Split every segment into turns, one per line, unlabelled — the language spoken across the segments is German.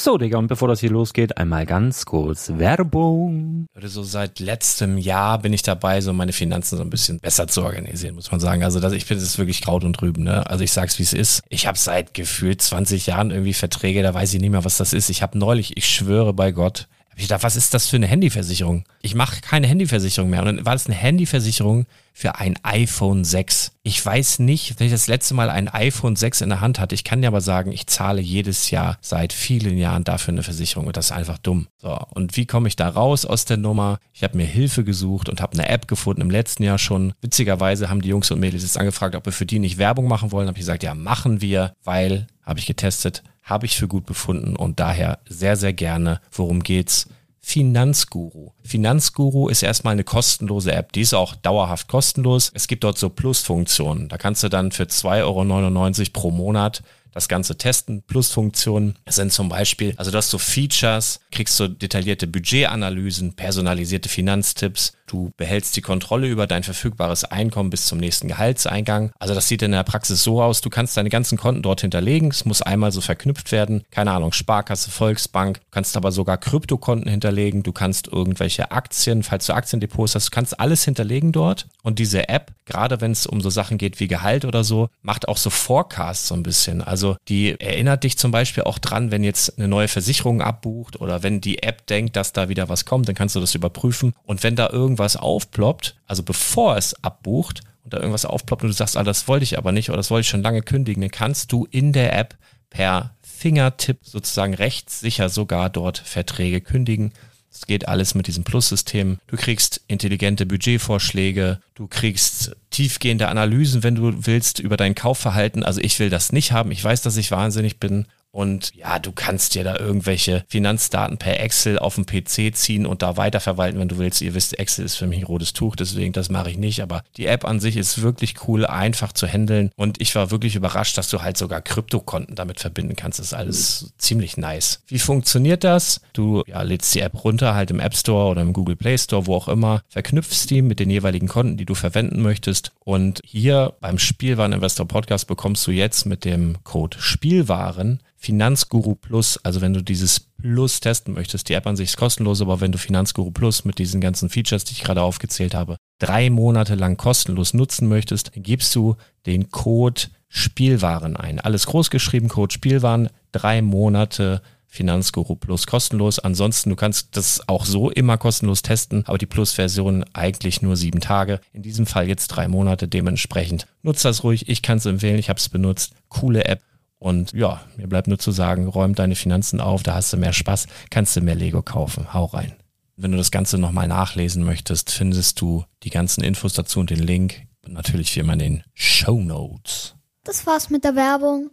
So, Digga, und bevor das hier losgeht, einmal ganz kurz Werbung.
So seit letztem Jahr bin ich dabei, so meine Finanzen so ein bisschen besser zu organisieren, muss man sagen. Also das ist wirklich Kraut und Rüben, ne? Also ich sag's, wie es ist. Ich habe seit gefühlt 20 Jahren irgendwie Verträge, da weiß ich nicht mehr, was das ist. Ich habe neulich, ich schwöre bei Gott, ich dachte, was ist das für eine Handyversicherung? Ich mache keine Handyversicherung mehr. Und dann war das eine Handyversicherung für ein iPhone 6. Ich weiß nicht, wenn ich das letzte Mal ein iPhone 6 in der Hand hatte. Ich kann dir aber sagen, ich zahle jedes Jahr seit vielen Jahren dafür eine Versicherung. Und das ist einfach dumm. So, und wie komme ich da raus aus der Nummer? Ich habe mir Hilfe gesucht und habe eine App gefunden im letzten Jahr schon. Witzigerweise haben die Jungs und Mädels jetzt angefragt, ob wir für die nicht Werbung machen wollen. Habe ich gesagt, ja, machen wir, weil, habe ich getestet, habe ich für gut befunden und daher sehr, sehr gerne. Worum geht's? Finanzguru. Finanzguru ist erstmal eine kostenlose App. Die ist auch dauerhaft kostenlos. Es gibt dort so Plusfunktionen. Da kannst du dann für 2,99 € pro Monat das Ganze testen. Plusfunktionen sind zum Beispiel, also du hast so Features, kriegst so detaillierte Budgetanalysen, personalisierte Finanztipps, du behältst die Kontrolle über dein verfügbares Einkommen bis zum nächsten Gehaltseingang. Also das sieht in der Praxis so aus, du kannst deine ganzen Konten dort hinterlegen, es muss einmal so verknüpft werden, keine Ahnung, Sparkasse, Volksbank, du kannst aber sogar Kryptokonten hinterlegen, du kannst irgendwelche Aktien, falls du Aktiendepots hast, du kannst alles hinterlegen dort und diese App, gerade wenn es um so Sachen geht wie Gehalt oder so, macht auch so Forecasts so ein bisschen, also die erinnert dich zum Beispiel auch dran, wenn jetzt eine neue Versicherung abbucht oder wenn die App denkt, dass da wieder was kommt, dann kannst du das überprüfen und wenn da irgendwas aufploppt, also bevor es abbucht und da irgendwas aufploppt und du sagst, das wollte ich aber nicht oder das wollte ich schon lange kündigen, dann kannst du in der App per Fingertipp sozusagen rechtssicher sogar dort Verträge kündigen. Das geht alles mit diesem Plus-System. Du kriegst intelligente Budgetvorschläge, du kriegst tiefgehende Analysen, wenn du willst, über dein Kaufverhalten. Also ich will das nicht haben. Ich weiß, dass ich wahnsinnig bin. Und ja, du kannst dir da irgendwelche Finanzdaten per Excel auf dem PC ziehen und da weiterverwalten, wenn du willst. Ihr wisst, Excel ist für mich ein rotes Tuch, deswegen das mache ich nicht. Aber die App an sich ist wirklich cool, einfach zu handeln. Und ich war wirklich überrascht, dass du halt sogar Kryptokonten damit verbinden kannst. Das ist alles ziemlich nice. Wie funktioniert das? Du lädst die App runter, halt im App Store oder im Google Play Store, wo auch immer, verknüpfst die mit den jeweiligen Konten, die du verwenden möchtest. Und hier beim Spielwareninvestor Podcast bekommst du jetzt mit dem Code Spielwaren Finanzguru Plus, also wenn du dieses Plus testen möchtest, die App an sich ist kostenlos, aber wenn du Finanzguru Plus mit diesen ganzen Features, die ich gerade aufgezählt habe, 3 Monate lang kostenlos nutzen möchtest, dann gibst du den Code Spielwaren ein. Alles groß geschrieben, Code Spielwaren, 3 Monate Finanzguru Plus kostenlos. Ansonsten, du kannst das auch so immer kostenlos testen, aber die Plus-Version eigentlich nur 7 Tage. In diesem Fall jetzt 3 Monate, dementsprechend nutzt das ruhig. Ich kann es empfehlen, ich habe es benutzt. Coole App. Und ja, mir bleibt nur zu sagen, räum deine Finanzen auf, da hast du mehr Spaß, kannst du mehr Lego kaufen. Hau rein. Wenn du das Ganze nochmal nachlesen möchtest, findest du die ganzen Infos dazu und den Link. Und natürlich wie immer in den Shownotes.
Das war's mit der Werbung.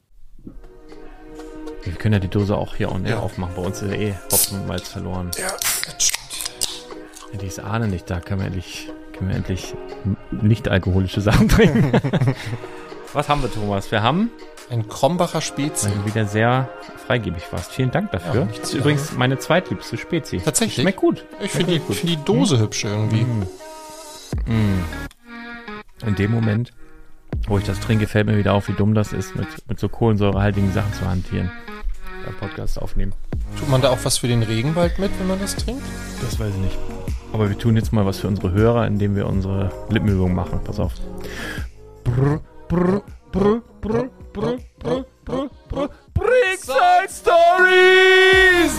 Wir können ja die Dose auch hier on air aufmachen. Bei uns ist ja Hopfen und Malz verloren.
Ja, das stimmt.
Endlich ist Arne nicht da, können wir endlich nicht alkoholische Sachen trinken. Was haben wir, Thomas? Wir haben
ein Krombacher Spezi.
Weil du wieder sehr freigebig warst. Vielen Dank dafür.
Ja,
das ist übrigens meine zweitliebste Spezi.
Tatsächlich?
Schmeckt gut.
Ich finde die Dose hübsch irgendwie.
In dem Moment, wo ich das trinke, fällt mir wieder auf, wie dumm das ist, mit so kohlensäurehaltigen Sachen zu hantieren. Beim Podcast aufnehmen.
Tut man da auch was für den Regenwald mit, wenn man das trinkt?
Das weiß ich nicht. Aber wir tun jetzt mal was für unsere Hörer, indem wir unsere Lippenübung machen. Pass auf. Brr, brr, brr, brr, brr, brr, brr, brr. Brickside Stories!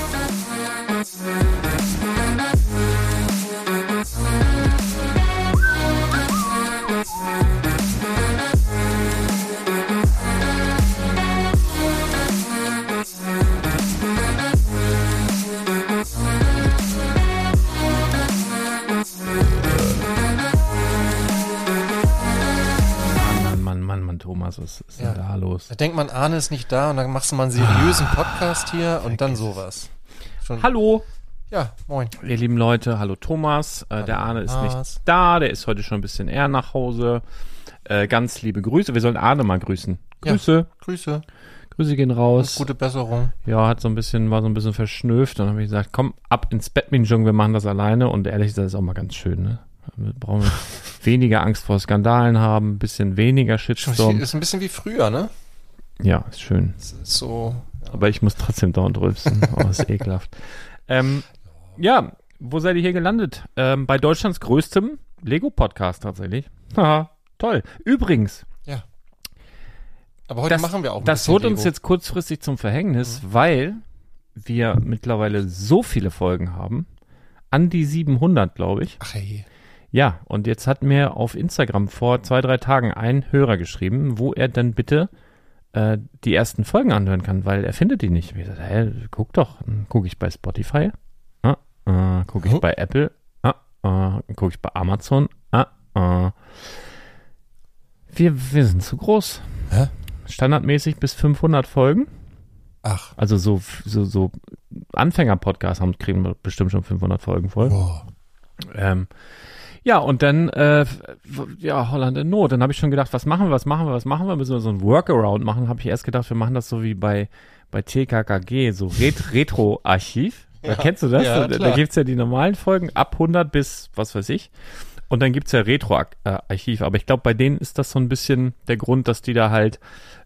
Mann, Thomas, was ist denn da los?
Da denkt man, Arne ist nicht da und dann machst du mal einen seriösen Podcast hier und dann sowas.
Hallo!
Ja, moin.
Ihr lieben Leute, hallo Thomas.
Hallo,
der Arne ist nicht da, der ist heute schon ein bisschen eher nach Hause. Ganz liebe Grüße. Wir sollen Arne mal grüßen. Grüße.
Ja, Grüße.
Grüße gehen raus.
Gute Besserung.
Ja, war so ein bisschen verschnöft. Dann habe ich gesagt, komm, ab ins Bett, Minjung, wir machen das alleine. Und ehrlich gesagt, das ist auch mal ganz schön, ne? Wir brauchen weniger Angst vor Skandalen haben, ein bisschen weniger Shitstorm.
Ist ein bisschen wie früher, ne?
Ja, ist schön.
So. Ja.
Aber ich muss trotzdem dauernd rülpsen. Oh, ist ekelhaft. Ja, wo seid ihr hier gelandet? Bei Deutschlands größtem Lego-Podcast tatsächlich. Haha, toll. Übrigens.
Ja. Aber heute machen wir auch ein
Das
bisschen
wurde uns
Lego.
jetzt kurzfristig zum Verhängnis, weil wir mittlerweile so viele Folgen haben. An die 700, glaube ich.
Ach hey.
Ja, und jetzt hat mir auf Instagram vor 2-3 Tagen ein Hörer geschrieben, wo er dann bitte die ersten Folgen anhören kann, weil er findet die nicht. Ich gesagt, guck doch. Dann gucke ich bei Spotify, gucke ich bei Apple, gucke ich bei Amazon. Wir sind zu groß.
Hä?
Standardmäßig bis 500 Folgen.
Ach.
Also so Anfänger-Podcasts kriegen wir bestimmt schon 500 Folgen voll.
Boah.
Ja, und dann, Holland in Not. Dann habe ich schon gedacht, was machen wir? Müssen wir so ein Workaround machen? Habe ich erst gedacht, wir machen das so wie bei TKKG, so Retro-Archiv.
Ja,
kennst du das?
ja,
Da
klar.
gibt's ja die normalen Folgen ab 100 bis was weiß ich. Und dann gibt's ja Retro-Archiv. Aber ich glaube, bei denen ist das so ein bisschen der Grund, dass die da halt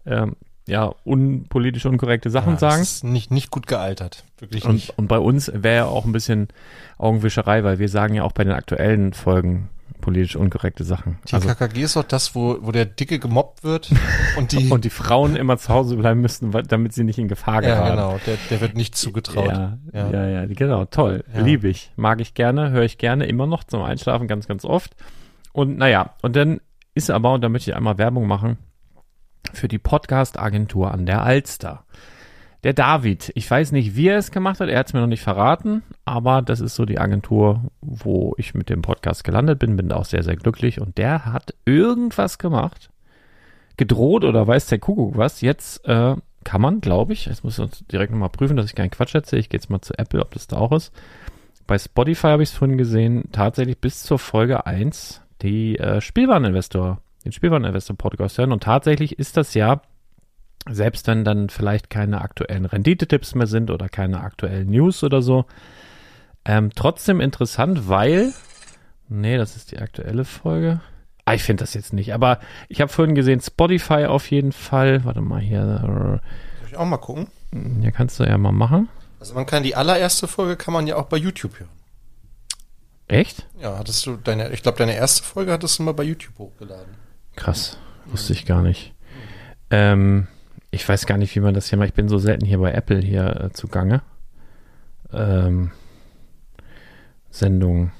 unpolitisch unkorrekte Sachen sagen.
Das ist nicht gut gealtert. Wirklich
Und,
nicht.
und bei uns wäre ja auch ein bisschen Augenwischerei, weil wir sagen ja auch bei den aktuellen Folgen politisch unkorrekte Sachen.
TKKG ist doch das, wo der Dicke gemobbt wird und die...
Und die Frauen immer zu Hause bleiben müssen, damit sie nicht in Gefahr
ja,
geraten.
genau. Der wird nicht zugetraut.
Ja, genau, toll.
Ja.
Liebe ich. Mag ich gerne, höre ich gerne, immer noch zum Einschlafen ganz, ganz oft. Und naja, und dann ist aber, und da möchte ich einmal Werbung machen, für die Podcast-Agentur an der Alster. Der David, ich weiß nicht, wie er es gemacht hat, er hat es mir noch nicht verraten, aber das ist so die Agentur, wo ich mit dem Podcast gelandet bin da auch sehr, sehr glücklich und der hat irgendwas gemacht, gedroht oder weiß der Kuckuck was, jetzt kann man, glaube ich, jetzt muss ich uns direkt nochmal prüfen, dass ich keinen Quatsch erzähle, ich gehe jetzt mal zu Apple, ob das da auch ist. Bei Spotify habe ich es vorhin gesehen, tatsächlich bis zur Folge 1 den Spielwareninvestor-Podcast hören und tatsächlich ist das ja, selbst wenn dann vielleicht keine aktuellen Renditetipps mehr sind oder keine aktuellen News oder so, trotzdem interessant, weil, das ist die aktuelle Folge. Ich finde das jetzt nicht, aber ich habe vorhin gesehen, Spotify auf jeden Fall, warte mal hier.
Soll ich auch mal gucken?
Ja, kannst du ja mal machen.
Also die allererste Folge kann man ja auch bei YouTube hören.
Echt?
Ja, ich glaube, deine erste Folge hattest du mal bei YouTube hochgeladen.
Krass, wusste ich gar nicht. Ich weiß gar nicht, wie man das hier macht. Ich bin so selten hier bei Apple hier zugange. Sendung.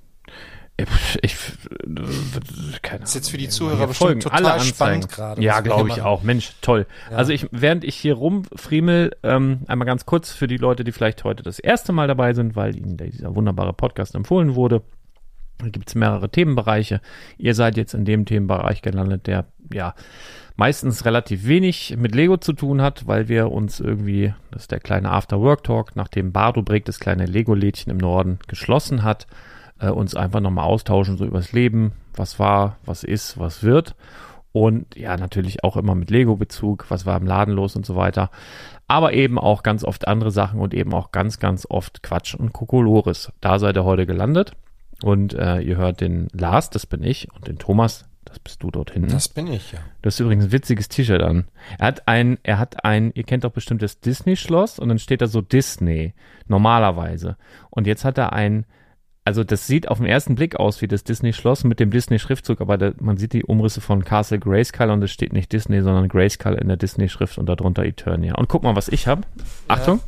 Keine
Das ist jetzt für die
Ahnung.
Zuhörer
Hier
bestimmt
Folgen,
total
alle Anzeigen.
spannend gerade.
Ja,
was wir
glaube
hier
ich
machen.
auch. Mensch, toll.
Ja.
Also während ich hier rumfriemel, einmal ganz kurz für die Leute, die vielleicht heute das erste Mal dabei sind, weil ihnen dieser wunderbare Podcast empfohlen wurde. Da gibt es mehrere Themenbereiche. Ihr seid jetzt in dem Themenbereich gelandet, der ja meistens relativ wenig mit Lego zu tun hat, weil wir uns irgendwie, das ist der kleine After-Work-Talk, nachdem Bardobrek, das kleine Lego-Lädchen im Norden, geschlossen hat, uns einfach nochmal austauschen, so übers Leben, was war, was ist, was wird. Und ja, natürlich auch immer mit Lego-Bezug, was war im Laden los und so weiter. Aber eben auch ganz oft andere Sachen und eben auch ganz, ganz oft Quatsch und Kokolores. Da seid ihr heute gelandet. Und ihr hört den Lars, das bin ich, und den Thomas, das bist du dort hinten.
Das bin ich, ja.
Du hast übrigens ein witziges T-Shirt an. Er hat ein, ihr kennt doch bestimmt das Disney-Schloss und dann steht da so Disney, normalerweise. Und jetzt hat er also das sieht auf den ersten Blick aus wie das Disney-Schloss mit dem Disney-Schriftzug, aber man sieht die Umrisse von Castle Grayskull und es steht nicht Disney, sondern Grayskull in der Disney-Schrift und darunter Eternia. Und guck mal, was ich habe. Achtung.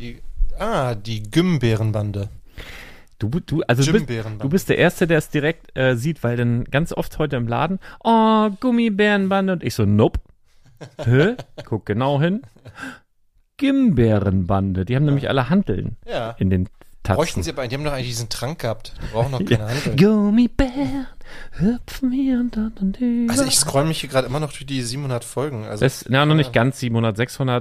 Die Gymbeerenbande.
Du
Gym-Bärenbande.
bist der Erste, der es direkt sieht, weil dann ganz oft heute im Laden, Gummibärenbande und ich so, nope. Hä? Guck genau hin. Gymbeerenbande, die haben nämlich alle Hanteln
Ja.
in den Tatzen.
Bräuchten sie aber, die haben doch eigentlich diesen Trank gehabt. Die brauchen noch keine Handel.
Gummibären hüpfen hier und dort und über.
Also ich scroll mich hier gerade immer noch durch die 700 Folgen. Also,
Noch nicht ganz 700, 600,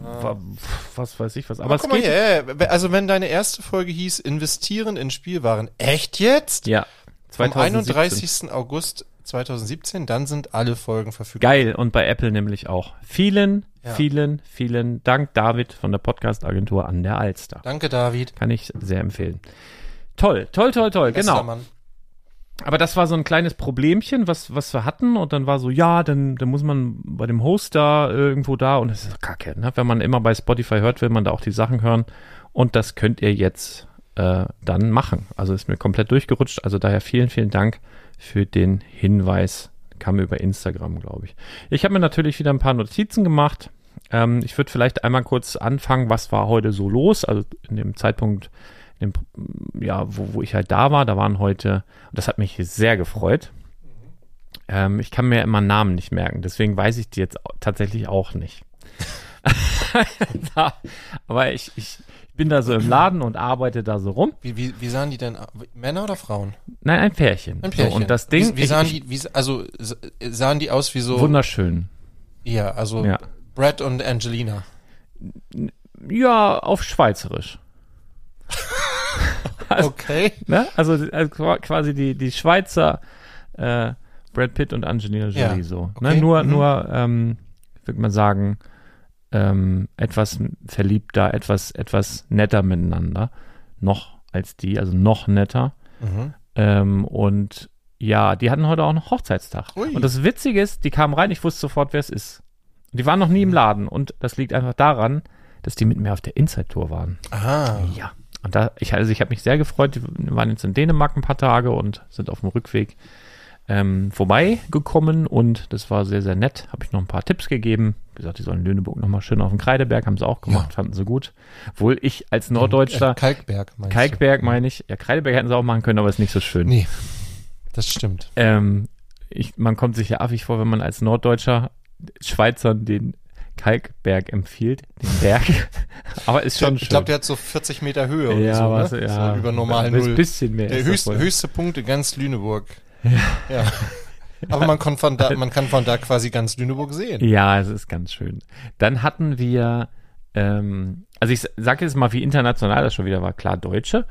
was weiß ich was. Aber es
guck mal
geht.
hier, also wenn deine erste Folge hieß Investieren in Spielwaren, echt jetzt?
Ja,
Vom
2017.
31. August 2017, dann sind alle Folgen verfügbar.
Geil, und bei Apple nämlich auch. Vielen Dank, David von der Podcast-Agentur an der Alster.
Danke, David.
Kann ich sehr empfehlen. Toll,
Bester
genau.
Mann.
Aber das war so ein kleines Problemchen, was wir hatten. Und dann war so, ja, dann muss man bei dem Host da irgendwo da. Und das ist doch kacke, ne? Wenn man immer bei Spotify hört, will man da auch die Sachen hören. Und das könnt ihr jetzt dann machen. Also ist mir komplett durchgerutscht. Also daher vielen, vielen Dank für den Hinweis. Kam über Instagram, glaube ich. Ich habe mir natürlich wieder ein paar Notizen gemacht. Ich würde vielleicht einmal kurz anfangen, was war heute so los. Also in dem Zeitpunkt, wo ich halt da war, da waren heute, und das hat mich sehr gefreut. Ich kann mir immer Namen nicht merken, deswegen weiß ich die jetzt tatsächlich auch nicht. Aber ich bin da so im Laden und arbeite da so rum.
Wie sahen die denn? Männer oder Frauen?
Nein, ein Pärchen.
Ein Pärchen.
So, und das Ding,
sahen die aus wie so?
Wunderschön.
Ja, also ja. Brad und Angelina.
Ja, auf Schweizerisch.
Okay.
Ne? Also quasi die Schweizer Brad Pitt und Angelina Jolie, ja, so.
Okay.
Ne? Nur würde man sagen, etwas verliebter, etwas netter miteinander. Noch als die, also noch netter. Und ja, die hatten heute auch noch Hochzeitstag.
Ui.
Und das Witzige ist, die kamen rein, ich wusste sofort, wer es ist. Und die waren noch nie im Laden. Und das liegt einfach daran, dass die mit mir auf der Inside-Tour waren.
Aha.
Ja. Und ich habe mich sehr gefreut. Die waren jetzt in Dänemark ein paar Tage und sind auf dem Rückweg vorbeigekommen. Und das war sehr, sehr nett. Habe ich noch ein paar Tipps gegeben. Wie gesagt, die sollen Lüneburg nochmal schön auf dem Kreideberg, haben sie auch gemacht, fanden sie gut. Obwohl ich als Norddeutscher...
Kalkberg
meine ich. Ja, Kreideberg hätten sie auch machen können, aber ist nicht so schön.
Nee, das stimmt.
Man kommt sich ja affig vor, wenn man als Norddeutscher Schweizern den Kalkberg empfiehlt, den Berg. Aber ist schon schön.
Ich glaube, der hat so 40 Meter Höhe oder
ja,
so,
was,
ne?
Ja,
so über normal Null.
Ein bisschen mehr.
Der höchste Punkt in ganz Lüneburg.
Ja.
Aber man kann von da quasi ganz Lüneburg sehen.
Ja, es ist ganz schön. Dann hatten wir, also ich sage jetzt mal, wie international das schon wieder war, klar Deutsche.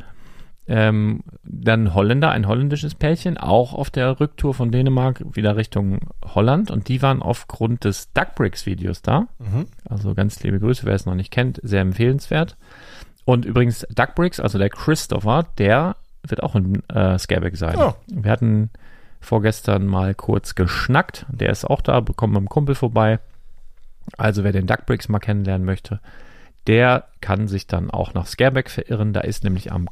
Dann Holländer, ein holländisches Pärchen, auch auf der Rücktour von Dänemark wieder Richtung Holland. Und die waren aufgrund des Duckbricks-Videos da. Also ganz liebe Grüße, wer es noch nicht kennt, sehr empfehlenswert. Und übrigens Duckbricks, also der Christopher, der wird auch in Scareback sein.
Oh.
Wir hatten vorgestern mal kurz geschnackt. Der ist auch da, kommt mit einem Kumpel vorbei. Also wer den Duckbricks mal kennenlernen möchte, der kann sich dann auch nach Scareback verirren. Da ist nämlich am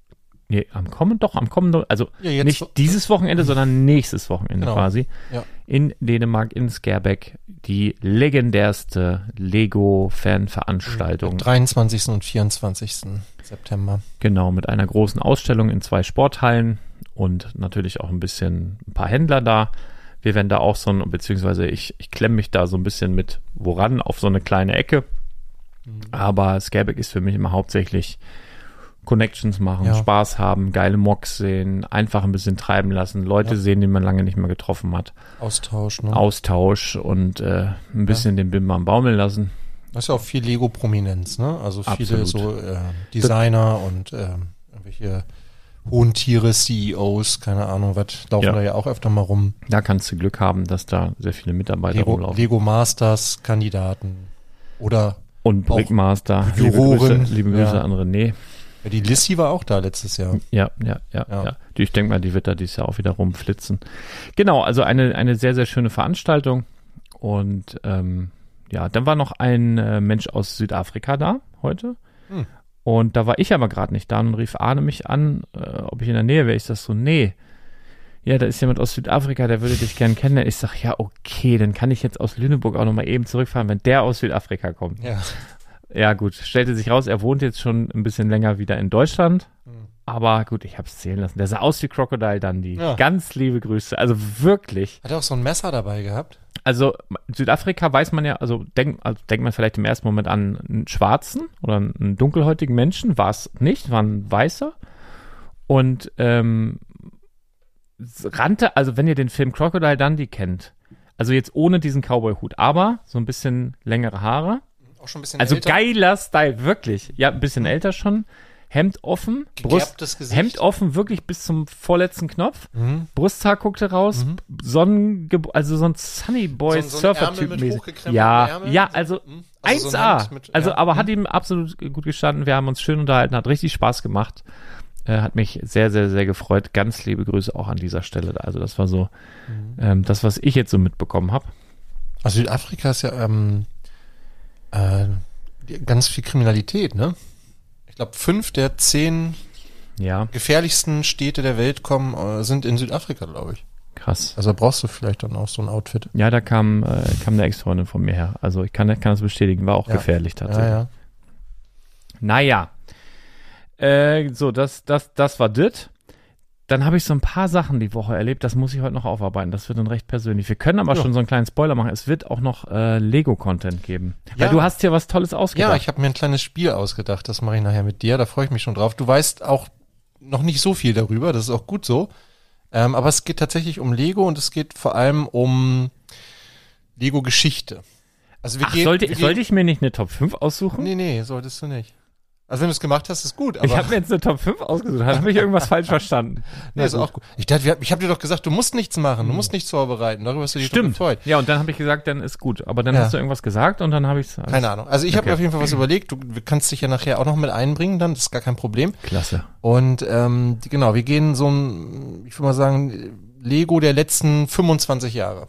kommenden, also
ja,
nicht dieses Wochenende, sondern nächstes Wochenende quasi.
Ja.
In Dänemark, in Scareback, die legendärste Lego-Fan-Veranstaltung.
Am 23. und 24. September.
Genau, mit einer großen Ausstellung in 2 Sporthallen und natürlich auch ein paar Händler da. Wir werden da auch beziehungsweise ich klemme mich da so ein bisschen mit woran auf so eine kleine Ecke. Aber Scareback ist für mich immer hauptsächlich Connections machen, Spaß haben, geile Mocks sehen, einfach ein bisschen treiben lassen, Leute sehen, die man lange nicht mehr getroffen hat.
Austausch, ne?
Austausch und ein bisschen den Bim am baumeln lassen.
Das ist ja auch viel Lego-Prominenz, ne? Also viele
Absolut.
so Designer und irgendwelche hohen Tiere, CEOs, keine Ahnung, was laufen da ja auch öfter mal rum.
Da kannst du Glück haben, dass da sehr viele Mitarbeiter rumlaufen.
Lego Masters Kandidaten oder
und Brickmaster.
Juroren.
Liebe Grüße an René.
Ja, die Lissy war auch da letztes Jahr.
Ja. Ich denke mal, die wird da dieses Jahr auch wieder rumflitzen. Genau, also eine sehr, sehr schöne Veranstaltung. Und dann war noch ein Mensch aus Südafrika da heute. Und da war ich aber gerade nicht da und rief Arne mich an, ob ich in der Nähe wäre. Ich sag so, nee. Ja, da ist jemand aus Südafrika, der würde dich gern kennenlernen. Ich sag, ja, okay, dann kann ich jetzt aus Lüneburg auch nochmal eben zurückfahren, wenn der aus Südafrika kommt.
Ja.
Ja, gut, stellte sich raus, er wohnt jetzt schon ein bisschen länger wieder in Deutschland. Aber gut, ich habe es zählen lassen. Der sah aus wie Crocodile Dundee. Ja. Ganz liebe Grüße. Also wirklich.
Hat er auch so ein Messer dabei gehabt?
Also Südafrika weiß man ja, denkt man vielleicht im ersten Moment an einen schwarzen oder einen dunkelhäutigen Menschen. War es nicht, war ein weißer. Und rannte, also wenn ihr den Film Crocodile Dundee kennt, also jetzt ohne diesen Cowboy-Hut, aber so ein bisschen längere Haare.
Auch schon ein bisschen
also
älter.
Geiler Style, wirklich. Ja, ein bisschen älter schon. Hemd offen,
Gegerbtes Gesicht.
Hemd offen, wirklich bis zum vorletzten Knopf. Brusthaar guckte raus, also so ein Sunny Boy Surfer-Typ mäßig. Ja, also 1A. Aber hat ihm absolut gut gestanden. Wir haben uns schön unterhalten, hat richtig Spaß gemacht. hat mich sehr, sehr, sehr gefreut. Ganz liebe Grüße auch an dieser Stelle. Also das war so das, was ich jetzt so mitbekommen habe.
Also Südafrika ist ja ganz viel Kriminalität, ne? Ich glaube, 5 der 10 gefährlichsten Städte der Welt sind in Südafrika, glaube ich.
Krass.
Also brauchst du vielleicht dann auch so ein Outfit.
Ja, da kam eine Ex-Freundin von mir her. Also ich kann das bestätigen, war auch gefährlich tatsächlich.
Ja.
Naja. So, das war das. Dann habe ich so ein paar Sachen die Woche erlebt, das muss ich heute noch aufarbeiten. Das wird dann recht persönlich. Wir können aber schon so einen kleinen Spoiler machen. Es wird auch noch Lego-Content geben. Weil du hast hier was Tolles ausgedacht.
Ja, ich habe mir ein kleines Spiel ausgedacht. Das mache ich nachher mit dir. Da freue ich mich schon drauf. Du weißt auch noch nicht so viel darüber. Das ist auch gut so. Aber es geht tatsächlich um Lego und es geht vor allem um Lego-Geschichte. Also
sollte ich mir nicht eine Top 5 aussuchen?
Nee, solltest du nicht. Also wenn du es gemacht hast, ist gut. Aber
ich habe mir jetzt eine Top 5 ausgesucht. Habe ich irgendwas falsch verstanden?
Nee, ist auch gut. Ich habe dir doch gesagt, du musst nichts machen. Du musst nichts vorbereiten. Darüber hast du dich doch gefreut.
Ja, und dann habe ich gesagt, dann ist gut. Aber dann hast du irgendwas gesagt und dann habe ich es...
Keine Ahnung. Also ich habe mir auf jeden Fall was überlegt. Du kannst dich ja nachher auch noch mit einbringen dann. Das ist gar kein Problem.
Klasse.
Und wir gehen so ein, ich würde mal sagen, Lego der letzten 25 Jahre.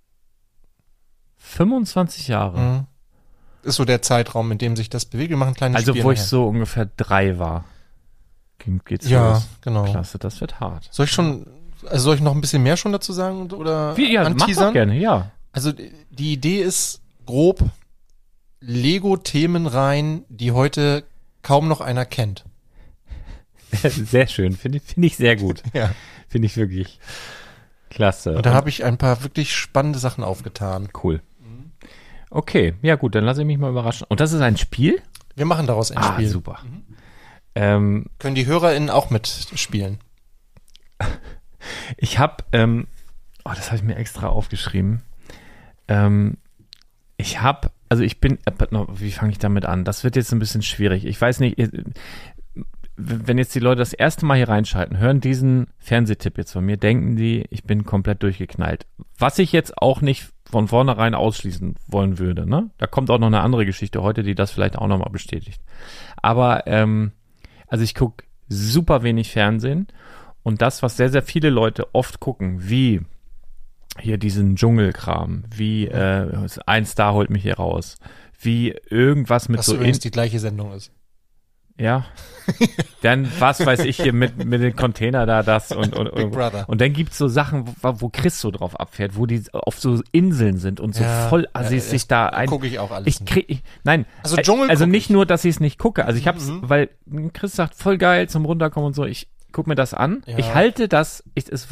25 Jahre?
Mhm. Ist so der Zeitraum, in dem sich das bewegt. Wir machen ein kleines Spiel.
Also wo ich so ungefähr 3 war, geht's los.
Ja, genau.
Klasse, das wird hart.
Soll ich noch ein bisschen mehr schon dazu sagen oder
anteasern? Mach doch gerne, ja.
Also die Idee ist grob Lego-Themenreihen, die heute kaum noch einer kennt.
Sehr schön, finde ich sehr gut.
Ja.
Finde ich wirklich klasse.
Und da habe ich ein paar wirklich spannende Sachen aufgetan.
Cool. Okay, ja gut, dann lasse ich mich mal überraschen. Und das ist ein Spiel?
Wir machen daraus ein Spiel.
Super.
Können die HörerInnen auch mitspielen?
Ich habe, das habe ich mir extra aufgeschrieben. Wie fange ich damit an? Das wird jetzt ein bisschen schwierig. Ich weiß nicht, wenn jetzt die Leute das erste Mal hier reinschalten, hören diesen Fernsehtipp jetzt von mir, denken die, ich bin komplett durchgeknallt. Was ich jetzt auch nicht von vornherein ausschließen wollen würde, ne? Da kommt auch noch eine andere Geschichte heute, die das vielleicht auch nochmal bestätigt. Aber, ich gucke super wenig Fernsehen und das, was sehr, sehr viele Leute oft gucken, wie hier diesen Dschungelkram, wie ein Star holt mich hier raus, wie irgendwas mit
was
so...
übrigens die gleiche Sendung ist.
Ja, dann was weiß ich hier mit den Container da, das und
Big Brother.
Und dann gibt's so Sachen, wo Chris so drauf abfährt, wo die auf so Inseln sind und so voll Assis sich da ein...
gucke ich auch alles.
Also nicht nur, dass ich es nicht gucke, also ich hab's, weil Chris sagt, voll geil zum Runterkommen und so, ich guck mir das an, ich halte das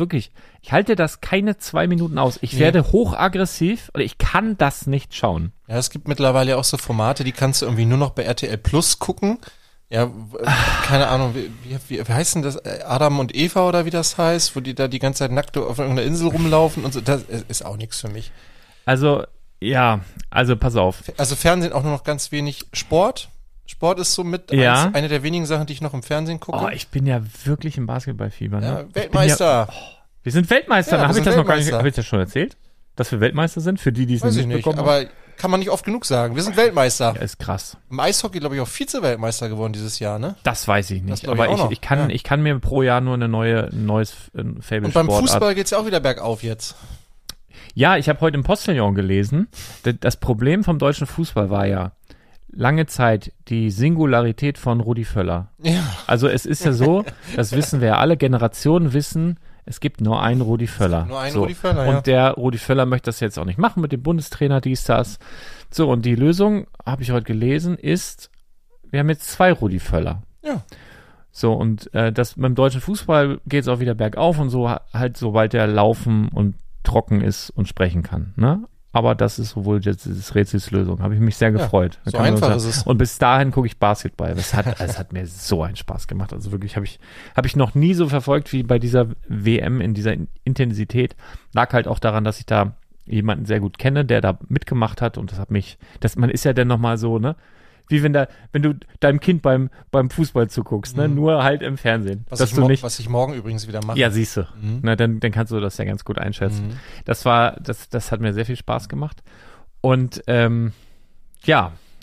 keine 2 Minuten aus, ich werde hochaggressiv und ich kann das nicht schauen.
Ja, es gibt mittlerweile auch so Formate, die kannst du irgendwie nur noch bei RTL Plus gucken. Ja, keine Ahnung, wie heißt denn das? Adam und Eva oder wie das heißt, wo die da die ganze Zeit nackt auf irgendeiner Insel rumlaufen und so, das ist auch nichts für mich.
Also pass auf.
Also Fernsehen auch nur noch ganz wenig Sport. Sport ist so mit eine der wenigen Sachen, die ich noch im Fernsehen gucke.
Oh, ich bin ja wirklich im Basketballfieber. Ne?
Ja, Weltmeister.
Wir sind Weltmeister.
Ja,
Habe ich das noch gar nicht, habe ich das schon erzählt? Dass wir Weltmeister sind? Für die es nicht mitbekommen haben?
Aber kann man nicht oft genug sagen. Wir sind Weltmeister.
Ja, ist krass.
Im Eishockey, glaube ich, auch Vize-Weltmeister geworden dieses Jahr, ne?
Das weiß ich nicht.
Aber ich
kann mir pro Jahr nur ein neues Fable-Sportart.
Und beim Fußball geht's ja auch wieder bergauf jetzt.
Ja, ich habe heute im Postillon gelesen, das Problem vom deutschen Fußball war ja lange Zeit die Singularität von Rudi Völler.
Ja.
Also es ist ja so, das wissen wir ja alle, Generationen wissen, es gibt nur einen Rudi Völler.
Nur einen Rudi Völler, ja.
Und der Rudi Völler möchte das jetzt auch nicht machen mit dem Bundestrainer, dies, das. So, und die Lösung, habe ich heute gelesen, ist, wir haben jetzt 2 Rudi Völler.
Ja.
So, und das mit dem deutschen Fußball geht es auch wieder bergauf und so, halt sobald der laufen und trocken ist und sprechen kann, ne? Aber das ist wohl jetzt das Rätselslösung. Habe ich mich sehr gefreut.
So einfach ist es.
Und bis dahin gucke ich Basketball. Es hat mir so einen Spaß gemacht. Also wirklich habe ich noch nie so verfolgt wie bei dieser WM in dieser Intensität. Lag halt auch daran, dass ich da jemanden sehr gut kenne, der da mitgemacht hat. Und man ist ja dann nochmal so, ne? Wie wenn du deinem Kind beim Fußball zuguckst, ne? Nur halt im Fernsehen.
Was ich morgen übrigens wieder mache.
Ja, siehst du. Na, dann kannst du das ja ganz gut einschätzen. Das hat mir sehr viel Spaß gemacht. Und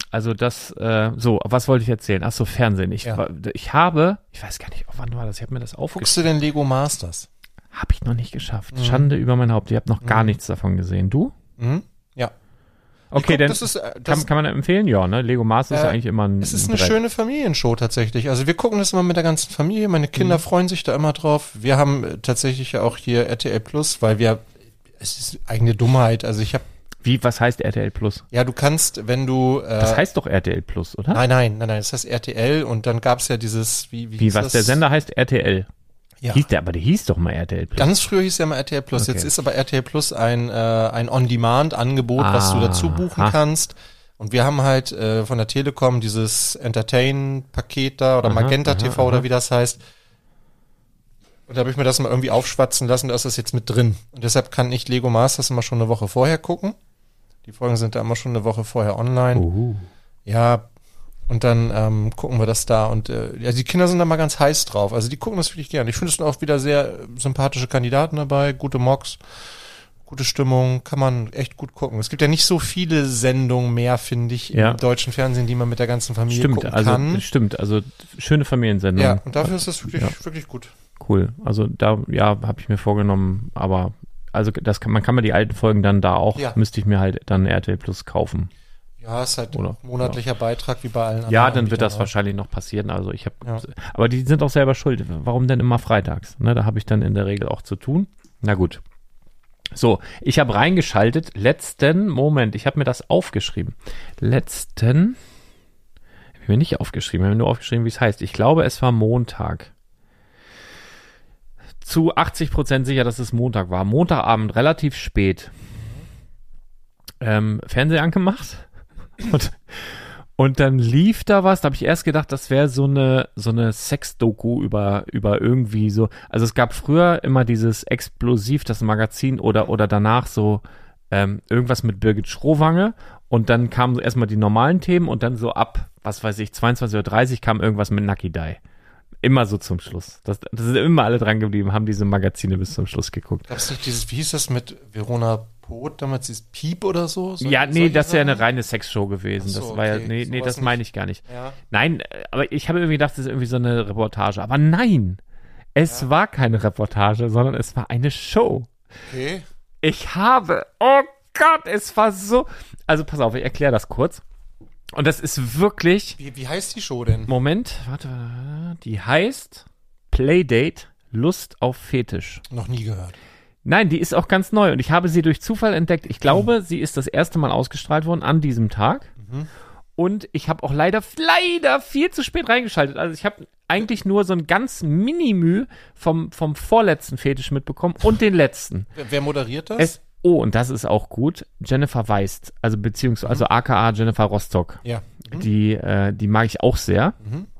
Also das, was wollte ich erzählen? Ach so, Fernsehen. Ich weiß gar nicht, wann war das? Ich habe mir das
Guckst
aufgeschrieben.
du denn Lego Masters?
Habe ich noch nicht geschafft. Schande über mein Haupt. Ich habe noch gar nichts davon gesehen. Du?
Mhm. Ja.
Okay,
guck,
dann
das ist,
kann man empfehlen? Ja, ne? Lego Masters ist ja eigentlich immer ein
Es ist eine
Brett.
schöne Familienshow tatsächlich. Also wir gucken das immer mit der ganzen Familie. Meine Kinder freuen sich da immer drauf. Wir haben tatsächlich ja auch hier RTL Plus, weil es ist eigene Dummheit. Also
Was heißt RTL Plus?
ja, du kannst, wenn du,
Das heißt doch RTL Plus, oder?
nein, das heißt RTL und dann gab's ja dieses, wie hieß
Was?
das?
Der Sender heißt RTL.
Ja.
Der hieß doch mal RTL Plus.
Ganz früher hieß ja mal RTL Plus.
Okay.
Jetzt ist aber RTL Plus ein On-Demand-Angebot, was du dazu buchen kannst. Und wir haben halt von der Telekom dieses Entertain-Paket da oder Magenta TV oder wie das heißt. Und da habe ich mir das mal irgendwie aufschwatzen lassen, da ist das jetzt mit drin. Und deshalb kann ich Lego Masters immer schon eine Woche vorher gucken. Die Folgen sind da immer schon eine Woche vorher online. Ja, und dann gucken wir das da. Und ja, die Kinder sind da mal ganz heiß drauf. Also die gucken das wirklich gerne. Ich finde es sind auch wieder sehr sympathische Kandidaten dabei, gute Mocks, gute Stimmung, kann man echt gut gucken. Es gibt ja nicht so viele Sendungen mehr, finde ich, im deutschen Fernsehen, die man mit der ganzen Familie gucken kann.
Stimmt, also schöne Familiensendung.
Ja, und dafür ist das wirklich gut.
Cool. Also da, habe ich mir vorgenommen, aber also man kann mir die alten Folgen dann da auch, müsste ich mir halt dann RTL Plus kaufen.
Ja, ist halt ein monatlicher Beitrag wie bei allen anderen.
Ja, dann wird das wahrscheinlich noch passieren. Also aber die sind auch selber schuld. Warum denn immer freitags? Ne, da habe ich dann in der Regel auch zu tun. Na gut. So, ich habe reingeschaltet. Ich habe mir das aufgeschrieben. Habe ich mir nicht aufgeschrieben. Ich habe mir nur aufgeschrieben, wie es heißt. Ich glaube, es war Montag. Zu 80% sicher, dass es Montag war. Montagabend, relativ spät. Fernseher angemacht. Und dann lief da was, da habe ich erst gedacht, das wäre so eine Sex-Doku über irgendwie so, also es gab früher immer dieses Explosiv, das Magazin oder danach so irgendwas mit Birgit Schrowange und dann kamen so erstmal die normalen Themen und dann so ab, was weiß ich, 22:30 Uhr kam irgendwas mit Nucky Die. Immer so zum Schluss. Das sind immer alle dran geblieben, haben diese Magazine bis zum Schluss geguckt.
Gab's nicht dieses, wie hieß das mit Verona Poth damals, dieses Piep oder so?
Ja, nee, das ist ja eine reine Sexshow gewesen.
Ach so,
das war
okay.
ja, nee, das meine ich gar nicht.
Ja.
Nein, aber ich habe irgendwie gedacht, das ist irgendwie so eine Reportage. Aber nein, es war keine Reportage, sondern es war eine Show.
Okay.
Oh Gott, es war so, also pass auf, ich erkläre das kurz. Und das ist wirklich...
Wie heißt die Show denn?
Moment, warte. Die heißt Playdate, Lust auf Fetisch.
Noch nie gehört.
Nein, die ist auch ganz neu und ich habe sie durch Zufall entdeckt. Ich glaube, sie ist das erste Mal ausgestrahlt worden an diesem Tag. Und ich habe auch leider viel zu spät reingeschaltet. Also ich habe eigentlich nur so ein ganz Mini-Mühe vom vorletzten Fetisch mitbekommen und den letzten.
Wer moderiert das?
Und das ist auch gut, Jennifer Weist, also beziehungsweise aka Jennifer Rostock.
Ja.
Die mag ich auch sehr.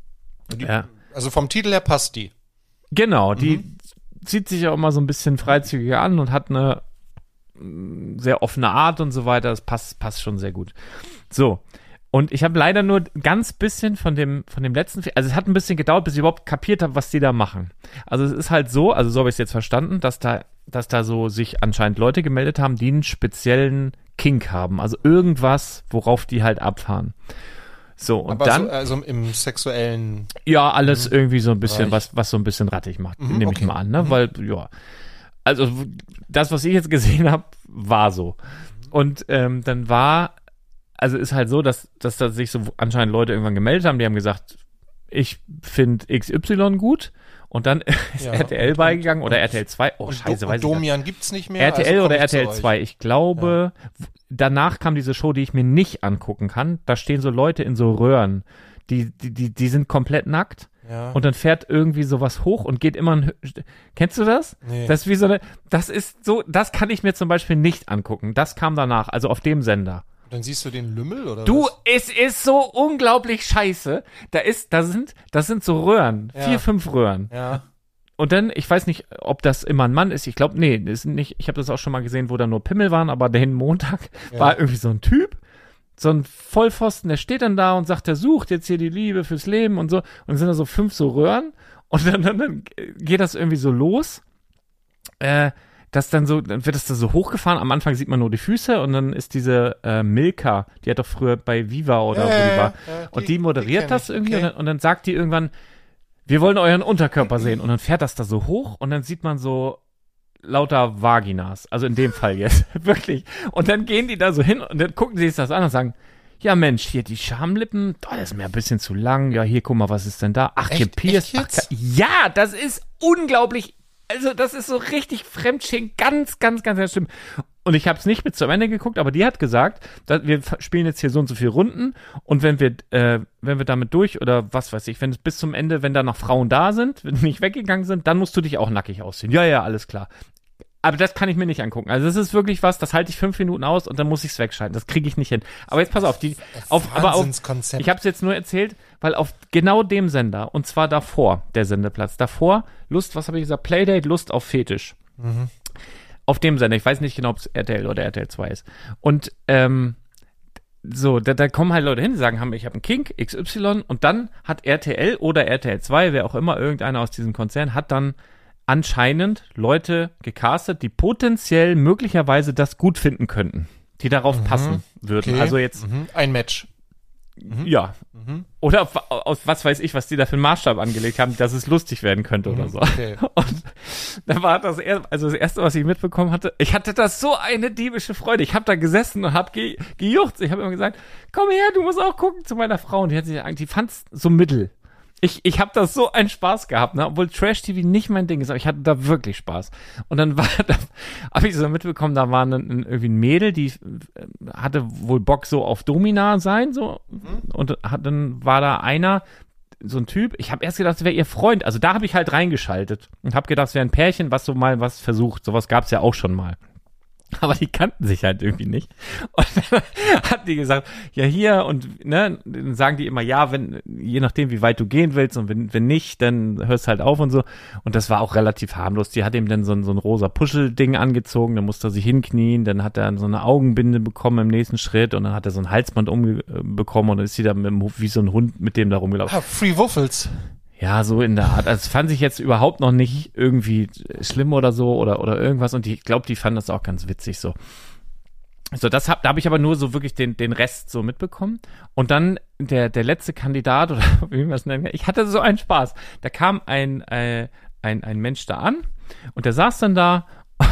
Also vom Titel her passt die.
Genau, die zieht sich ja immer so ein bisschen freizügiger an und hat eine sehr offene Art und so weiter. Das passt schon sehr gut. So. Und ich habe leider nur ganz bisschen von dem letzten, also es hat ein bisschen gedauert, bis ich überhaupt kapiert habe, was die da machen. Also es ist halt so, also so habe ich es jetzt verstanden, dass da so sich anscheinend Leute gemeldet haben, die einen speziellen Kink haben. Also irgendwas, worauf die halt abfahren. So, und
aber
dann.
So, also im sexuellen.
Ja, alles irgendwie so ein bisschen, was so ein bisschen rattig macht, nehme ich mal an, ne? Weil, ja. Also, das, was ich jetzt gesehen habe, war so. Und dann also ist halt so, dass da sich so anscheinend Leute irgendwann gemeldet haben, die haben gesagt, ich finde XY gut. Und dann ist RTL beigegangen oder RTL 2. Oh, scheiße, weiß ich nicht.
Domian gibt's nicht mehr.
RTL
also
oder RTL 2. Ich glaube, danach kam diese Show, die ich mir nicht angucken kann. Da stehen so Leute in so Röhren. Die sind komplett nackt.
Ja.
Und dann fährt irgendwie sowas hoch und geht immer kennst du das?
Nee.
Das ist wie so das kann ich mir zum Beispiel nicht angucken. Das kam danach, also auf dem Sender.
Dann siehst du den Lümmel oder
was? Es ist so unglaublich scheiße. Das sind so Röhren. 4, 5 Röhren.
Ja.
Und dann, ich weiß nicht, ob das immer ein Mann ist. Ich glaube, nee, ist nicht. Ich habe das auch schon mal gesehen, wo da nur Pimmel waren, aber den Montag war irgendwie so ein Typ, so ein Vollpfosten, der steht dann da und sagt, der sucht jetzt hier die Liebe fürs Leben und so. Und dann sind da so 5 so Röhren und dann geht das irgendwie so los. dann wird das da so hochgefahren. Am Anfang sieht man nur die Füße und dann ist diese Milka, die hat doch früher bei Viva oder wo die war. Und die moderiert das irgendwie und dann sagt die irgendwann, wir wollen euren Unterkörper sehen. Und dann fährt das da so hoch und dann sieht man so lauter Vaginas. Also in dem Fall jetzt. Wirklich. Und dann gehen die da so hin und dann gucken sie sich das an und sagen, ja Mensch, hier die Schamlippen, das ist mir ein bisschen zu lang. Ja, hier, guck mal, was ist denn da? Ach, hier Pierce. Ja, das ist unglaublich. Also das ist so richtig Fremdschämen, ganz, ganz, ganz, ganz schlimm. Und ich habe es nicht bis zum Ende geguckt, aber die hat gesagt, wir spielen jetzt hier so und so viele Runden und wenn wir damit durch oder was weiß ich, wenn es bis zum Ende, wenn da noch Frauen da sind, wenn die nicht weggegangen sind, dann musst du dich auch nackig ausziehen. Ja, alles klar. Aber das kann ich mir nicht angucken. Also das ist wirklich was, das halte ich 5 Minuten aus und dann muss ich es wegschalten. Das kriege ich nicht hin. Aber jetzt pass auf, ich habe es jetzt nur erzählt, weil auf genau dem Sender, und zwar davor, der Sendeplatz, davor, was habe ich gesagt, Playdate, Lust auf Fetisch. Mhm. Auf dem Sender, ich weiß nicht genau, ob es RTL oder RTL 2 ist. Und so, da kommen halt Leute hin, die sagen, ich habe einen Kink, XY, und dann hat RTL oder RTL 2, wer auch immer, irgendeiner aus diesem Konzern, hat dann anscheinend Leute gecastet, die potenziell möglicherweise das gut finden könnten, die darauf passen würden. Okay. Also jetzt
ein Match.
Ja. Oder aus was weiß ich, was die da für einen Maßstab angelegt haben, dass es lustig werden könnte oder so. Okay. Und da war das erste, was ich mitbekommen hatte, ich hatte das so eine diebische Freude. Ich habe da gesessen und habe gejuchzt. Ich habe immer gesagt, komm her, du musst auch gucken, zu meiner Frau. Und die fand's so mittel. Ich habe da so einen Spaß gehabt, ne? Obwohl Trash-TV nicht mein Ding ist, aber ich hatte da wirklich Spaß. Und dann habe ich so mitbekommen, da war irgendwie ein Mädel, die hatte wohl Bock so auf Domina sein, so. Und dann war da einer, so ein Typ, ich habe erst gedacht, das wäre ihr Freund. Also da habe ich halt reingeschaltet und habe gedacht, es wäre ein Pärchen, was so mal was versucht. Sowas gab's ja auch schon mal. Aber die kannten sich halt irgendwie nicht. Und dann hat die gesagt, ja hier und ne, dann sagen die immer, ja, je nachdem, wie weit du gehen willst und wenn nicht, dann hörst halt auf und so. Und das war auch relativ harmlos. Die hat ihm dann so ein rosa Puschelding angezogen, dann musste er sich hinknien, dann hat er so eine Augenbinde bekommen im nächsten Schritt und dann hat er so ein Halsband bekommen und dann ist sie da wie so ein Hund mit dem da rumgelaufen.
Ah, Free Wuffels.
Ja, so in der Art. Also das fand ich jetzt überhaupt noch nicht irgendwie schlimm oder so oder irgendwas. Und ich glaube, die fanden das auch ganz witzig so. So, da habe ich aber nur so wirklich den Rest so mitbekommen. Und dann der letzte Kandidat oder wie man es nennt, ich hatte so einen Spaß. Da kam ein Mensch da an und der saß dann da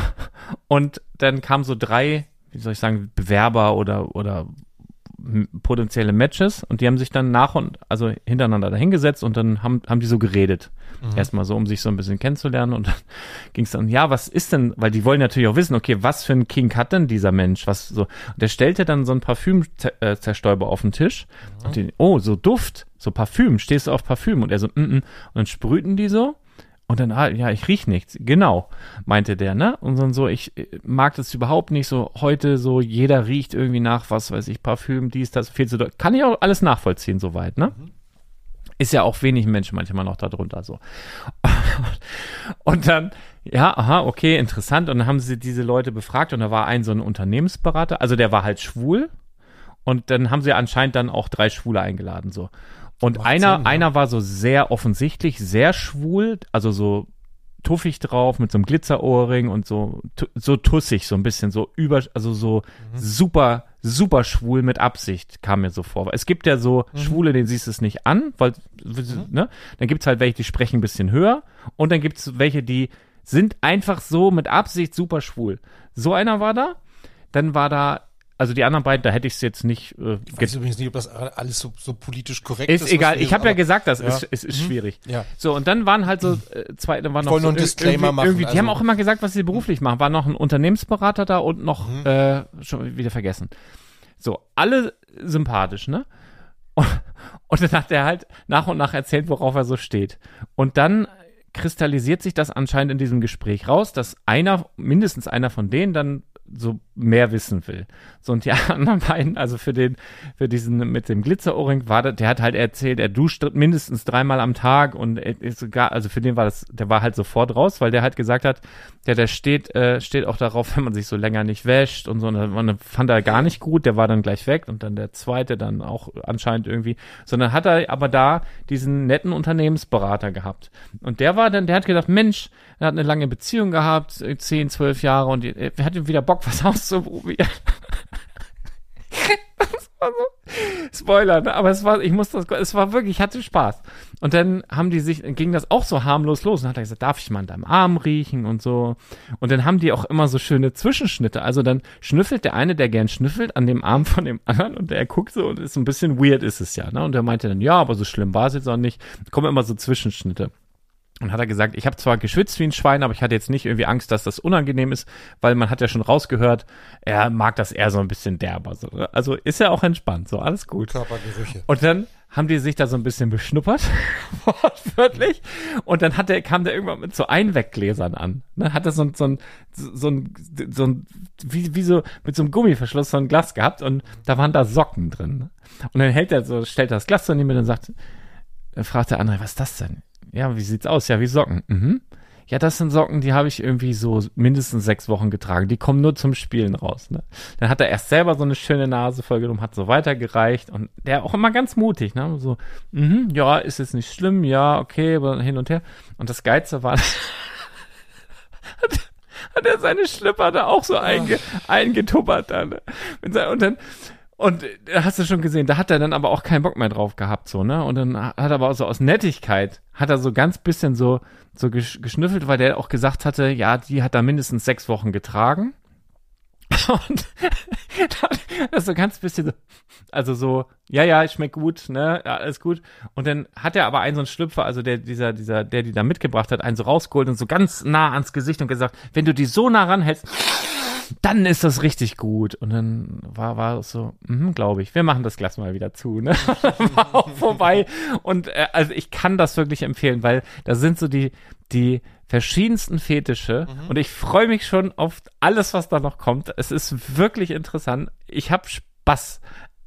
und dann kamen so 3, wie soll ich sagen, Bewerber oder potenzielle Matches und die haben sich dann also hintereinander dahingesetzt und dann haben die so geredet. Erstmal so, um sich so ein bisschen kennenzulernen und dann ging es dann, ja, was ist denn, weil die wollen natürlich auch wissen, okay, was für ein Kink hat denn dieser Mensch, was so, und der stellte dann so ein Parfümzerstäuber auf den Tisch und die, oh, so Duft, so Parfüm, stehst du auf Parfüm? Und er so, und dann sprühten die so. Und dann, ja, ich riech nichts. Genau, meinte der, ne? Und dann so, ich mag das überhaupt nicht so, heute so, jeder riecht irgendwie nach, was weiß ich, Parfüm, dies, das, viel zu doll. Kann ich auch alles nachvollziehen, soweit, ne? Ist ja auch wenig Menschen manchmal noch da drunter, so. Und dann, ja, aha, okay, interessant. Und dann haben sie diese Leute befragt und da war so ein Unternehmensberater, also der war halt schwul. Und dann haben sie anscheinend dann auch 3 Schwule eingeladen, so. Und einer war so sehr offensichtlich, sehr schwul, also so tuffig drauf mit so einem Glitzerohrring und so tussig, so ein bisschen so so super, super schwul mit Absicht, kam mir so vor. Es gibt ja so Schwule, denen siehst du es nicht an, weil, ne? Dann gibt's halt welche, die sprechen ein bisschen höher und dann gibt's welche, die sind einfach so mit Absicht super schwul. So einer war da, dann war da, also die anderen beiden, da hätte ich es jetzt nicht.
Ich weiß übrigens nicht, ob das alles so politisch korrekt
ist. Ist egal, ich habe ja gesagt, das ist schwierig.
Ja.
So, und dann waren halt so 2, dann waren noch so
einen Disclaimer machen.
Die haben auch immer gesagt, was sie beruflich machen. War noch ein Unternehmensberater da und noch, schon wieder vergessen. So, alle sympathisch, ne? Und dann hat er halt nach und nach erzählt, worauf er so steht. Und dann kristallisiert sich das anscheinend in diesem Gespräch raus, dass mindestens einer von denen dann so mehr wissen will. So, und die anderen beiden, also für diesen mit dem Glitzerohrring der hat halt erzählt, er duscht mindestens 3-mal am Tag und ist sogar, also für den der war halt sofort raus, weil der halt gesagt hat, der steht auch darauf, wenn man sich so länger nicht wäscht und so, und dann fand er gar nicht gut, der war dann gleich weg und dann der zweite dann auch anscheinend irgendwie, sondern hat er aber da diesen netten Unternehmensberater gehabt. Und der hat gedacht, Mensch, er hat eine lange Beziehung gehabt, 10, 12 Jahre und er hatte wieder Bock, was auszuprobieren. Das war so Spoiler, ne? Aber es war wirklich, ich hatte Spaß. Und dann ging das auch so harmlos los und hat er gesagt, darf ich mal an deinem Arm riechen und so. Und dann haben die auch immer so schöne Zwischenschnitte. Also dann schnüffelt der eine, der gern schnüffelt, an dem Arm von dem anderen und der guckt so und ist ein bisschen weird ist es ja, ne? Und der meinte dann, ja, aber so schlimm war es jetzt auch nicht. Da kommen immer so Zwischenschnitte. Und hat er gesagt, ich habe zwar geschwitzt wie ein Schwein, aber ich hatte jetzt nicht irgendwie Angst, dass das unangenehm ist, weil man hat ja schon rausgehört, er mag das eher so ein bisschen derber. So. Also ist ja auch entspannt, so alles gut.
Körpergerüche.
Und dann haben die sich da so ein bisschen beschnuppert, wortwörtlich. Und dann kam der irgendwann mit so Einweggläsern an. Ne? Hat er so ein wie so mit so einem Gummiverschluss so ein Glas gehabt und da waren da Socken drin. Ne? Und dann stellt er das Glas so neben mir und fragt der andere, was ist das denn? Ja, wie sieht's aus? Ja, wie Socken. Mhm. Ja, das sind Socken, die habe ich irgendwie so mindestens 6 Wochen getragen. Die kommen nur zum Spielen raus. Ne? Dann hat er erst selber so eine schöne Nase vollgenommen, hat so weitergereicht und der auch immer ganz mutig. Ne? So, ja, ist jetzt nicht schlimm, ja, okay, aber hin und her. Und das Geilste war, hat er seine Schlipper da auch so eingetuppert. Da, ne? Und hast du schon gesehen, da hat er dann aber auch keinen Bock mehr drauf gehabt, so, ne? Und dann hat er aber auch so aus Nettigkeit, hat er so ganz bisschen so geschnüffelt, weil der auch gesagt hatte, ja, die hat er mindestens 6 Wochen getragen. Und das so ganz bisschen so, also so, ja, schmeckt gut, ne, ja, alles gut. Und dann hat er aber so einen Schlüpfer, also der die da mitgebracht hat, einen so rausgeholt und so ganz nah ans Gesicht und gesagt, wenn du die so nah ranhältst, dann ist das richtig gut. Und dann war es so, glaube ich, wir machen das Glas mal wieder zu, ne? War auch vorbei. Und also ich kann das wirklich empfehlen, weil da sind so die verschiedensten Fetische und ich freue mich schon auf alles, was da noch kommt. Es ist wirklich interessant. Ich habe Spaß.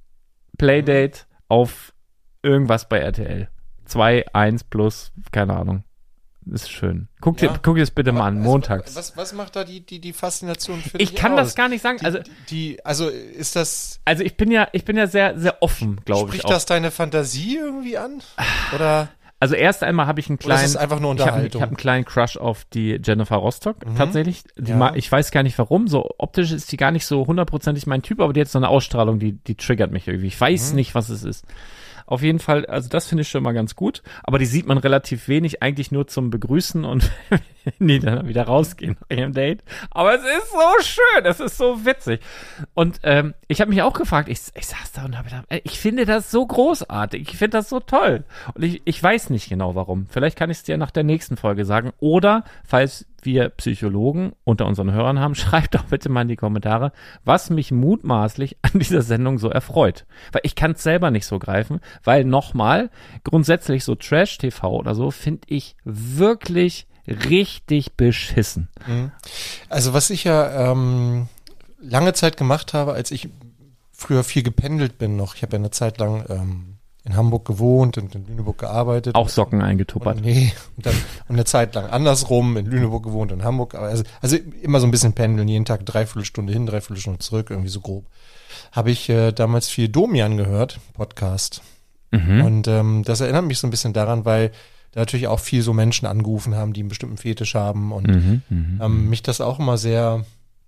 Playdate auf irgendwas bei RTL. 2, 1 plus, keine Ahnung. Ist schön. Guck dir das bitte mal an, montags.
Was macht da die Faszination für dich
Ich kann das gar nicht sagen.
Also ist das...
Also ich bin ja sehr, sehr offen, glaube ich.
Spricht das deine Fantasie irgendwie an? Oder...
Also erst einmal habe ich einen kleinen...
Oder ist es einfach nur Unterhaltung?
Ich habe einen kleinen Crush auf die Jennifer Rostock, tatsächlich. Ich weiß gar nicht warum. So optisch ist die gar nicht so 100%ig mein Typ, aber die hat so eine Ausstrahlung, die triggert mich irgendwie. Ich weiß nicht, was es ist. Auf jeden Fall, also das finde ich schon mal ganz gut. Aber die sieht man relativ wenig, eigentlich nur zum Begrüßen und nie dann wieder rausgehen nach ihrem Date. Aber es ist so schön, es ist so witzig. Und ich habe mich auch gefragt, ich saß da und habe gedacht, ich finde das so großartig, ich finde das so toll. Und ich weiß nicht genau warum. Vielleicht kann ich es dir nach der nächsten Folge sagen. Oder, falls wir Psychologen unter unseren Hörern haben, schreibt doch bitte mal in die Kommentare, was mich mutmaßlich an dieser Sendung so erfreut. Weil ich kann es selber nicht so greifen, weil nochmal, grundsätzlich so Trash-TV oder so, finde ich wirklich richtig beschissen.
Also was ich ja lange Zeit gemacht habe, als ich früher viel gependelt bin noch, ich habe ja eine Zeit lang in Hamburg gewohnt und in Lüneburg gearbeitet.
Auch Socken eingetuppert.
Und eine Zeit lang andersrum, in Lüneburg gewohnt und in Hamburg. Also immer so ein bisschen pendeln, jeden Tag 3/4 Stunde hin, 3/4 Stunde zurück, irgendwie so grob. Habe ich damals viel Domian gehört, Podcast. Und das erinnert mich so ein bisschen daran, weil da natürlich auch viel so Menschen angerufen haben, die einen bestimmten Fetisch haben und mich das auch immer sehr,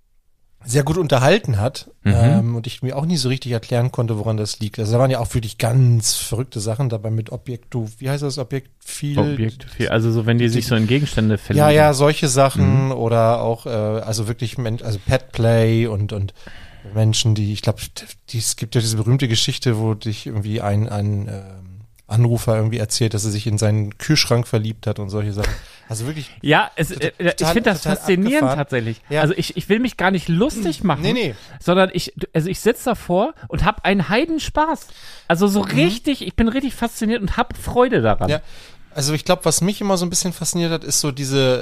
sehr gut unterhalten hat und ich mir auch nie so richtig erklären konnte, woran das liegt. Also da waren ja auch wirklich ganz verrückte Sachen dabei mit wie heißt das, Objektphil,
also so, wenn die sich so in Gegenstände verlieben.
Ja, solche Sachen oder auch, also wirklich, also Petplay und Menschen, die, ich glaube, es gibt ja diese berühmte Geschichte, wo dich irgendwie ein Anrufer irgendwie erzählt, dass er sich in seinen Kühlschrank verliebt hat und solche Sachen. Also wirklich.
Ja, ich finde das faszinierend
abgefahren.
Tatsächlich.
Ja.
Also ich will mich gar nicht lustig machen, sondern ich sitze davor und habe einen Heidenspaß. Also so richtig, ich bin richtig fasziniert und habe Freude daran.
Ja, also ich glaube, was mich immer so ein bisschen fasziniert hat, ist so diese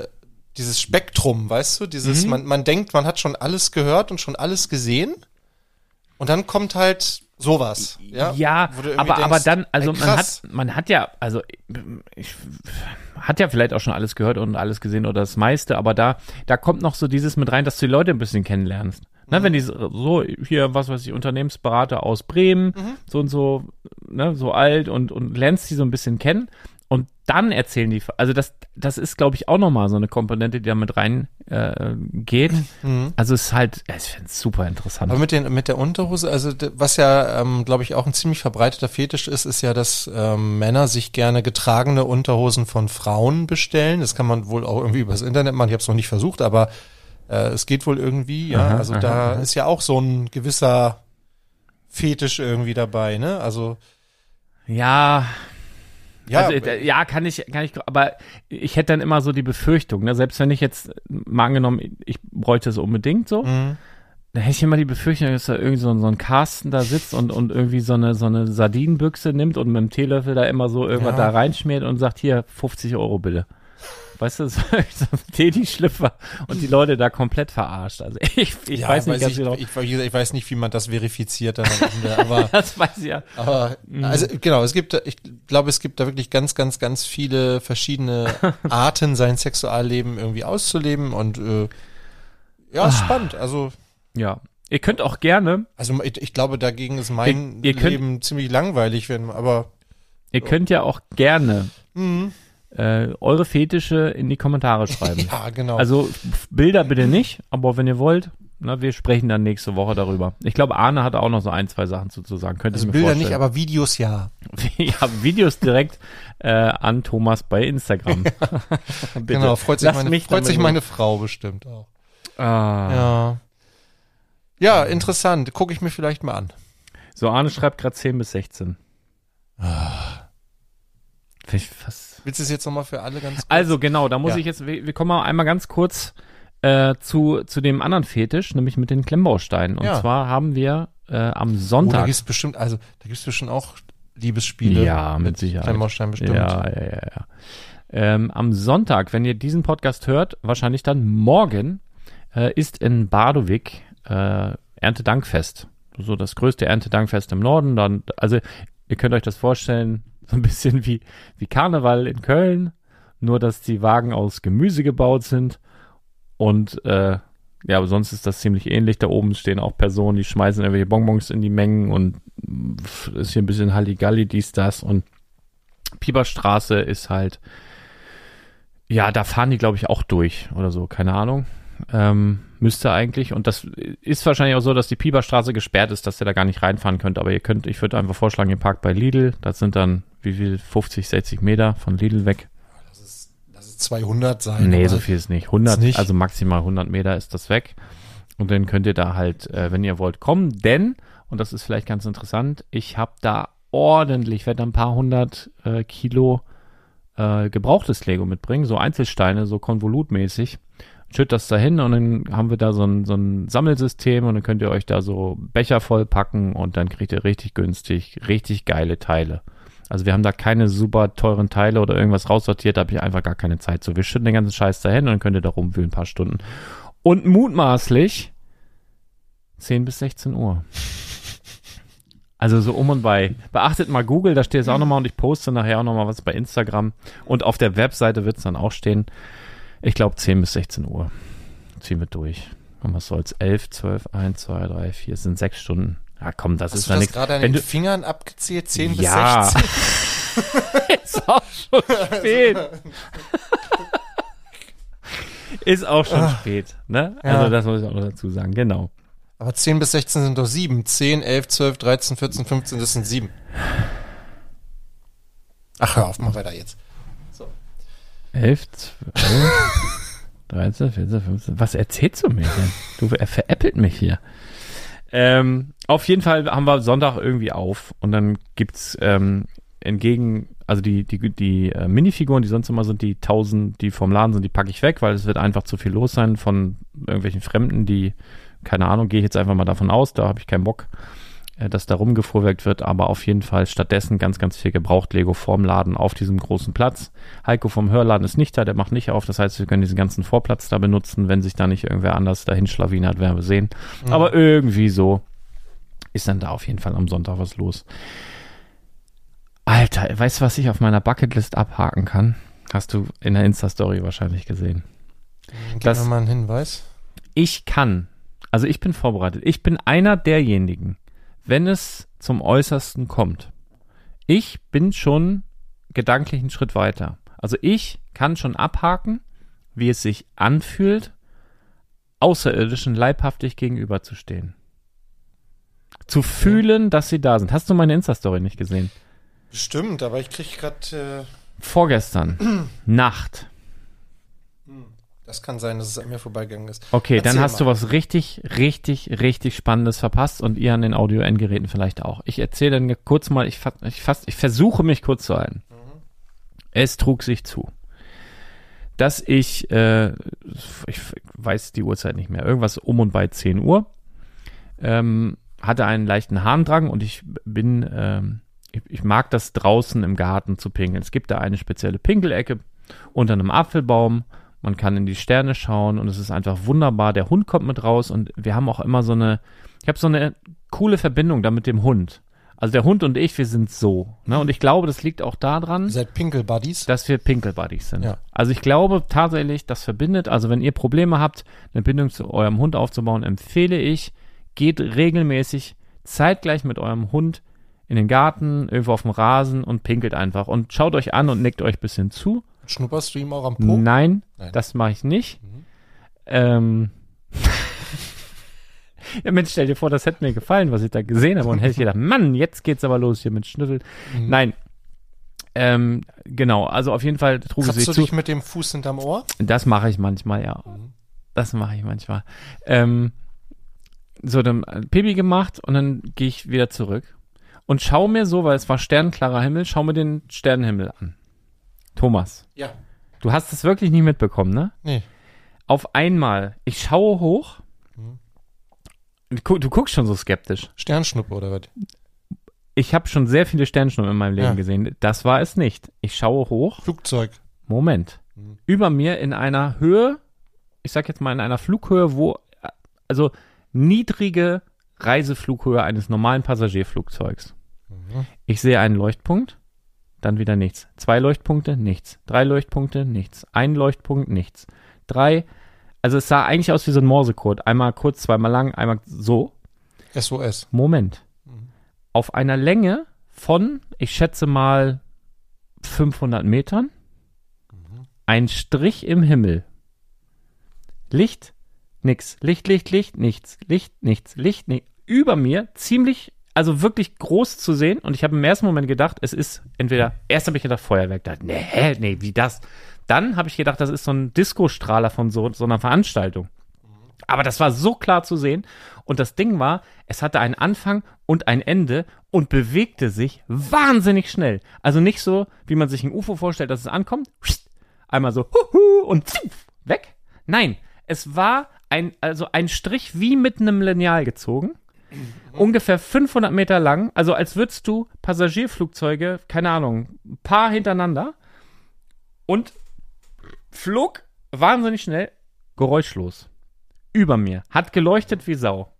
dieses Spektrum, weißt du, dieses, man denkt, man hat schon alles gehört und schon alles gesehen und dann kommt halt sowas, ja?
Ja,
wo du irgendwie
aber
denkst,
dann, also
ey, krass.
man hat ja, also ich hat ja vielleicht auch schon alles gehört und alles gesehen oder das meiste, aber da kommt noch so dieses mit rein, dass du die Leute ein bisschen kennenlernst. Ne, wenn die so hier, was weiß ich, Unternehmensberater aus Bremen, so und so, ne, so alt und lernst die so ein bisschen kennen und dann erzählen die, also das ist, glaube ich, auch nochmal so eine Komponente, die da mit rein geht. Also es ist halt, ich finde es super interessant.
Aber mit der Unterhose, also was ja, glaube ich, auch ein ziemlich verbreiteter Fetisch ist ja, dass Männer sich gerne getragene Unterhosen von Frauen bestellen. Das kann man wohl auch irgendwie übers Internet machen. Ich habe es noch nicht versucht, aber es geht wohl irgendwie, ja.
Aha,
Also da ist ja auch so ein gewisser Fetisch irgendwie dabei, ne? Also
Ja,
ja,
also, ja, kann ich, aber ich hätte dann immer so die Befürchtung, ne, selbst wenn ich jetzt mal angenommen, ich bräuchte es unbedingt so, dann hätte ich immer die Befürchtung, dass da irgendwie so ein Carsten da sitzt und irgendwie so eine Sardinenbüchse nimmt und mit dem Teelöffel da immer so irgendwas da reinschmiert und sagt, hier, 50 € bitte. Weißt du, so ein Teddy-Schlüpfer und die Leute da komplett verarscht. Also ich weiß nicht ganz genau.
Ich weiß nicht, wie man das verifiziert dann am Ende, aber
Das weiß ich ja.
Aber, also genau, ich glaube, es gibt da wirklich ganz, ganz, ganz viele verschiedene Arten, sein Sexualleben irgendwie auszuleben und ja, spannend. Also
Ja. Ihr könnt auch gerne,
also ich glaube, dagegen ist mein
Ihr könnt-
Leben ziemlich langweilig, aber
ihr könnt ja auch gerne eure Fetische in die Kommentare schreiben.
ja, genau.
Also Bilder bitte nicht, aber wenn ihr wollt, na, wir sprechen dann nächste Woche darüber. Ich glaube, Arne hat auch noch so 1, 2 Sachen zu sagen. Könnte ich mir
Bilder
vorstellen.
nicht, aber Videos ja.
Ja, Videos direkt an Thomas bei Instagram. Bitte.
Genau, freut
Lasst
sich
mich
meine Frau bestimmt auch.
Ah.
Ja, interessant. Gucke ich mir vielleicht mal an.
So, Arne schreibt gerade 10 bis 16.
Willst du es jetzt nochmal für alle ganz kurz?
Also genau, da muss
Ja.
ich jetzt, wir kommen mal einmal ganz kurz zu dem anderen Fetisch, nämlich mit den Klemmbausteinen. Und
Ja.
zwar haben wir am
Da
Sonntag.
gibt's bestimmt auch Liebesspiele.
Ja, mit Sicherheit.
Klemmbaustein bestimmt.
Ja. Am Sonntag, wenn ihr diesen Podcast hört, wahrscheinlich dann morgen, ist in Bardowik Erntedankfest. So das größte Erntedankfest im Norden. Dann, also ihr könnt euch das vorstellen, so ein bisschen wie Karneval in Köln, nur dass die Wagen aus Gemüse gebaut sind. Und ja, aber sonst ist das ziemlich ähnlich. Da oben stehen auch Personen, die schmeißen irgendwelche Bonbons in die Mengen und ist hier ein bisschen Halligalli, dies, das. Und Pieperstraße ist halt, ja, da fahren die, glaube ich, auch durch oder so, keine Ahnung. Müsste eigentlich. Und das ist wahrscheinlich auch so, dass die Pieperstraße gesperrt ist, dass ihr da gar nicht reinfahren könnt. Aber ich würde einfach vorschlagen, ihr parkt bei Lidl. Das sind dann, wie viel, 50, 60 Meter von Lidl weg.
Lass es 200 sein.
Nee,
aber
so viel ist nicht. 100,
ist nicht.
also maximal 100 Meter ist das weg. Und dann könnt ihr da halt, wenn ihr wollt, kommen. Denn, und das ist vielleicht ganz interessant, ich habe da ordentlich, werde da ein paar 100 Kilo gebrauchtes Lego mitbringen. So Einzelsteine, so konvolutmäßig. Schütt das da hin und dann haben wir da so ein Sammelsystem und dann könnt ihr euch da so Becher voll packen und dann kriegt ihr richtig günstig, richtig geile Teile. Also wir haben da keine super teuren Teile oder irgendwas raussortiert, da habe ich einfach gar keine Zeit zu. Wir schütten den ganzen Scheiß dahin und dann könnt ihr da rumwühlen ein paar Stunden. Und mutmaßlich 10 bis 16 Uhr. Also so um und bei. Beachtet mal Google, da steht es auch nochmal und ich poste nachher auch nochmal was bei Instagram. Und auf der Webseite wird es dann auch stehen. Ich glaube 10 bis 16 Uhr. Ziehen wir durch. Und was soll's? 11, 12, 1, 2, 3, 4, es sind 6 Stunden. Ja komm, das
Hast
ist
du
ja
das
nichts.
gerade an
Wenn
den
du,
Fingern abgezählt? 10 bis
ja.
16?
Ist auch schon spät. Ist auch schon spät, ne?
Ja.
Also das muss ich auch noch dazu sagen, genau.
Aber 10 bis 16 sind doch 7. 10, 11, 12, 13, 14, 15, das sind 7. Ach, hör auf, mach weiter jetzt.
11, 12, 13, 14, 15. Was erzählst du mir denn? Du veräppelt mich hier. Auf jeden Fall haben wir Sonntag irgendwie auf und dann gibt's entgegen, also die Minifiguren, die sonst immer sind, die 1000, die vom Laden sind, die packe ich weg, weil es wird einfach zu viel los sein von irgendwelchen Fremden, die, keine Ahnung, gehe ich jetzt einfach mal davon aus, da habe ich keinen Bock. dass da rumgefuhrwerkt wird, aber auf jeden Fall stattdessen ganz, ganz viel Gebraucht-Lego vorm Laden auf diesem großen Platz. Heiko vom Hörladen ist nicht da, der macht nicht auf, das heißt, wir können diesen ganzen Vorplatz da benutzen, wenn sich da nicht irgendwer anders dahin schlawinert, werden wir sehen. Aber irgendwie so ist dann da auf jeden Fall am Sonntag was los. Alter, weißt du, was ich auf meiner Bucketlist abhaken kann? Hast du in der Insta-Story wahrscheinlich gesehen.
Gib mir mal einen Hinweis.
Ich bin vorbereitet. Ich bin einer derjenigen, wenn es zum Äußersten kommt. Ich bin schon gedanklich einen Schritt weiter. Also ich kann schon abhaken, wie es sich anfühlt, Außerirdischen leibhaftig gegenüberzustehen. Zu fühlen, dass sie da sind. Hast du meine Insta-Story nicht gesehen?
Bestimmt, aber ich krieg gerade...
Vorgestern, Nacht.
Das kann sein, dass es an mir vorbeigegangen ist.
Okay,
Erzähl
dann hast
mal.
du was richtig, richtig, richtig Spannendes verpasst und ihr an den Audio-Endgeräten vielleicht auch. Ich erzähle dann kurz mal, ich versuche mich kurz zu halten. Es trug sich zu, dass ich weiß die Uhrzeit nicht mehr, irgendwas um und bei 10 Uhr, hatte einen leichten Harndrang und ich mag das draußen im Garten zu pinkeln. Es gibt da eine spezielle Pinkelecke unter einem Apfelbaum. Man kann in die Sterne schauen und es ist einfach wunderbar. Der Hund kommt mit raus und wir haben auch immer ich habe so eine coole Verbindung da mit dem Hund. Also der Hund und ich, wir sind so. Ne? Und ich glaube, das liegt auch daran,
Ihr seid Pinkel-Buddies?
dass wir Pinkel-Buddies sind.
Ja.
Also ich glaube tatsächlich, das verbindet. Also wenn ihr Probleme habt, eine Bindung zu eurem Hund aufzubauen, empfehle ich, geht regelmäßig zeitgleich mit eurem Hund in den Garten, irgendwo auf dem Rasen und pinkelt einfach. Und schaut euch an und nickt euch ein bisschen zu.
Schnupperstream auch am Po?
Nein,
Nein.
das mache ich nicht. Ja, Mensch, stell dir vor, das hätte mir gefallen, was ich da gesehen habe. Und hätte ich gedacht, Mann, jetzt geht's aber los hier mit Schnüffel. Nein. Genau, also auf jeden Fall trug es
Kratzt
sich
du
zu.
dich mit dem Fuß hinterm Ohr?
Das mache ich manchmal, ja. Das mache ich manchmal. So, dann Pipi gemacht und dann gehe ich wieder zurück und schaue mir so, weil es war sternklarer Himmel, schau mir den Sternenhimmel an. Thomas,
Ja.
du hast es wirklich nie mitbekommen, ne?
Nee.
Auf einmal, ich schaue hoch. Du guckst schon so skeptisch.
Sternschnuppe oder was?
Ich habe schon sehr viele Sternschnuppen in meinem Leben
Ja.
gesehen. Das war es nicht. Ich schaue hoch.
Flugzeug.
Moment. Über mir in einer Höhe, ich sag jetzt mal in einer Flughöhe, also niedrige Reiseflughöhe eines normalen Passagierflugzeugs. Ich sehe einen Leuchtpunkt, dann wieder nichts. 2 Leuchtpunkte, nichts. 3 Leuchtpunkte, nichts. 1 Leuchtpunkt, nichts. 3, also es sah eigentlich aus wie so ein Morsecode. Einmal kurz, zweimal lang, einmal so.
SOS.
Moment. Auf einer Länge von, ich schätze mal, 500 Metern, ein Strich im Himmel. Licht, nix. Licht, nichts. Licht, nichts. Licht, nichts. Über mir, ziemlich, also wirklich groß zu sehen. Und ich habe im ersten Moment gedacht, es ist entweder, erst habe ich gedacht, Feuerwerk. Da, nee, wie das? Dann habe ich gedacht, das ist so ein Disco-Strahler von so einer Veranstaltung. Aber das war so klar zu sehen. Und das Ding war, es hatte einen Anfang und ein Ende und bewegte sich wahnsinnig schnell. Also nicht so, wie man sich ein UFO vorstellt, dass es ankommt. Einmal so huhu und weg. Nein, es war ein Strich wie mit einem Lineal gezogen. Ungefähr 500 Meter lang. Also als würdest du Passagierflugzeuge, keine Ahnung, ein paar hintereinander und flog wahnsinnig schnell, geräuschlos. Über mir. Hat geleuchtet wie Sau.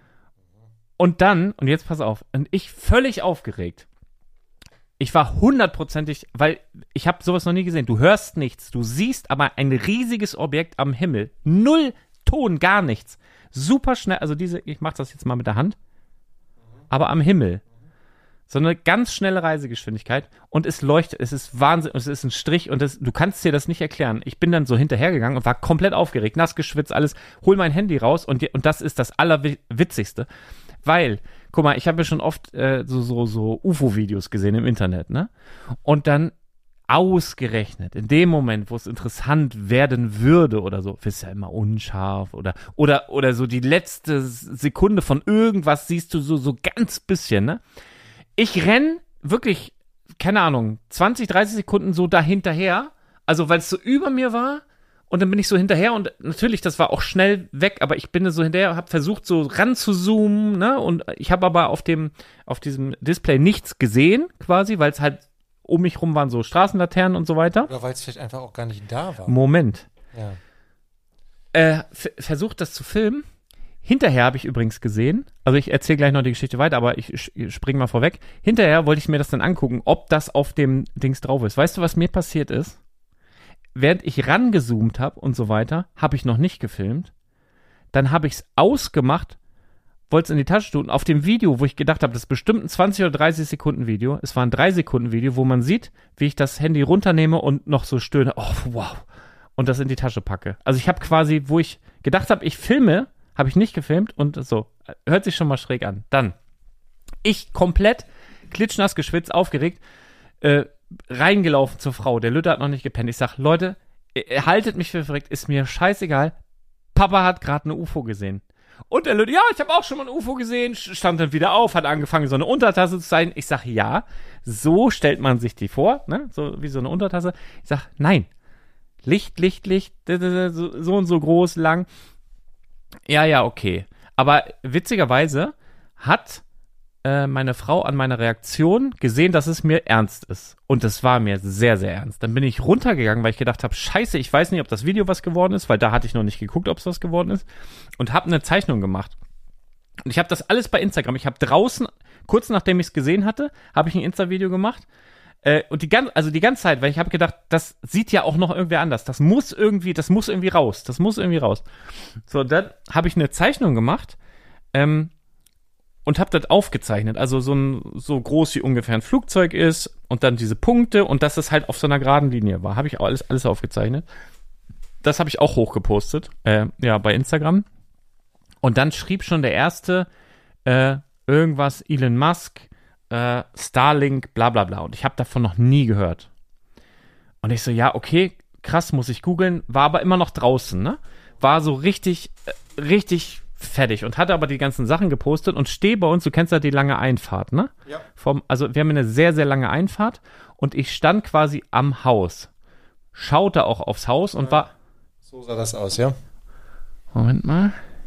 Und dann, und jetzt pass auf, und ich völlig aufgeregt. Ich war 100%, weil ich habe sowas noch nie gesehen. Du hörst nichts, du siehst aber ein riesiges Objekt am Himmel. 0 Ton, gar nichts. Super schnell, also ich mache das jetzt mal mit der Hand, aber am Himmel. So eine ganz schnelle Reisegeschwindigkeit und es leuchtet, es ist Wahnsinn, es ist ein Strich und du kannst dir das nicht erklären. Ich bin dann so hinterhergegangen und war komplett aufgeregt, nass geschwitzt, alles, hol mein Handy raus und das ist das Allerwitzigste, weil, guck mal, ich habe ja schon oft so UFO-Videos gesehen im Internet, ne? Und dann ausgerechnet, in dem Moment, wo es interessant werden würde oder so, ist ja immer unscharf oder so die letzte Sekunde von irgendwas siehst du so ganz bisschen, ne? Ich renn wirklich, keine Ahnung, 20, 30 Sekunden so dahinterher, also weil es so über mir war Und dann bin ich so hinterher und natürlich, das war auch schnell weg, aber ich bin so hinterher, habe versucht so ran zu zoomen, ne? Und ich habe aber auf diesem Display nichts gesehen quasi, weil es halt um mich rum waren so Straßenlaternen und so weiter.
Oder weil es vielleicht einfach auch gar nicht da war.
Moment.
Ja.
Versucht das zu filmen. Hinterher habe ich übrigens gesehen, also ich erzähle gleich noch die Geschichte weiter, aber ich springe mal vorweg. Hinterher wollte ich mir das dann angucken, ob das auf dem Dings drauf ist. Weißt du, was mir passiert ist? Während ich rangezoomt habe und so weiter, habe ich noch nicht gefilmt. Dann habe ich es ausgemacht, wollte es in die Tasche tun. Auf dem Video, wo ich gedacht habe, das ist bestimmt ein 20 oder 30 Sekunden Video. Es war ein 3 Sekunden Video, wo man sieht, wie ich das Handy runternehme und noch so stöhne. Oh, wow. Und das in die Tasche packe. Also ich habe quasi, wo ich gedacht habe, ich filme, habe ich nicht gefilmt und so. Hört sich schon mal schräg an. Dann, ich komplett klitschnass geschwitzt, aufgeregt, reingelaufen zur Frau. Der Lütte hat noch nicht gepennt. Ich sag, Leute, haltet mich für verrückt, ist mir scheißegal. Papa hat gerade eine UFO gesehen. Und der Lütte, ja, ich habe auch schon mal ein UFO gesehen, stand dann wieder auf, hat angefangen, so eine Untertasse zu sein. Ich sag, ja, so stellt man sich die vor, ne? So wie so eine Untertasse. Ich sag, nein. Licht, so und so groß, lang. Ja, okay. Aber witzigerweise hat meine Frau an meiner Reaktion gesehen, dass es mir ernst ist. Und es war mir sehr, sehr ernst. Dann bin ich runtergegangen, weil ich gedacht habe, scheiße, ich weiß nicht, ob das Video was geworden ist, weil da hatte ich noch nicht geguckt, ob es was geworden ist. Und habe eine Zeichnung gemacht. Und ich habe das alles bei Instagram. Ich habe draußen, kurz nachdem ich es gesehen hatte, habe ich ein Insta-Video gemacht. Und die ganze Zeit, weil ich habe gedacht, das sieht ja auch noch irgendwer anders. Das muss irgendwie raus. So, dann habe ich eine Zeichnung gemacht, und habe das aufgezeichnet. Also so groß wie ungefähr ein Flugzeug ist und dann diese Punkte und dass es halt auf so einer geraden Linie war. Habe ich auch alles aufgezeichnet. Das habe ich auch hochgepostet, bei Instagram. Und dann schrieb schon der erste irgendwas Elon Musk, Starlink, bla bla bla. Und ich habe davon noch nie gehört. Und ich so, ja, okay, krass, muss ich googeln. War aber immer noch draußen, ne? War so richtig fertig und hatte aber die ganzen Sachen gepostet und stehe bei uns, du kennst ja die lange Einfahrt, ne?
Ja.
Also wir haben eine sehr, sehr lange Einfahrt und ich stand quasi am Haus. Schaute auch aufs Haus und war...
So sah das aus, ja?
Moment mal.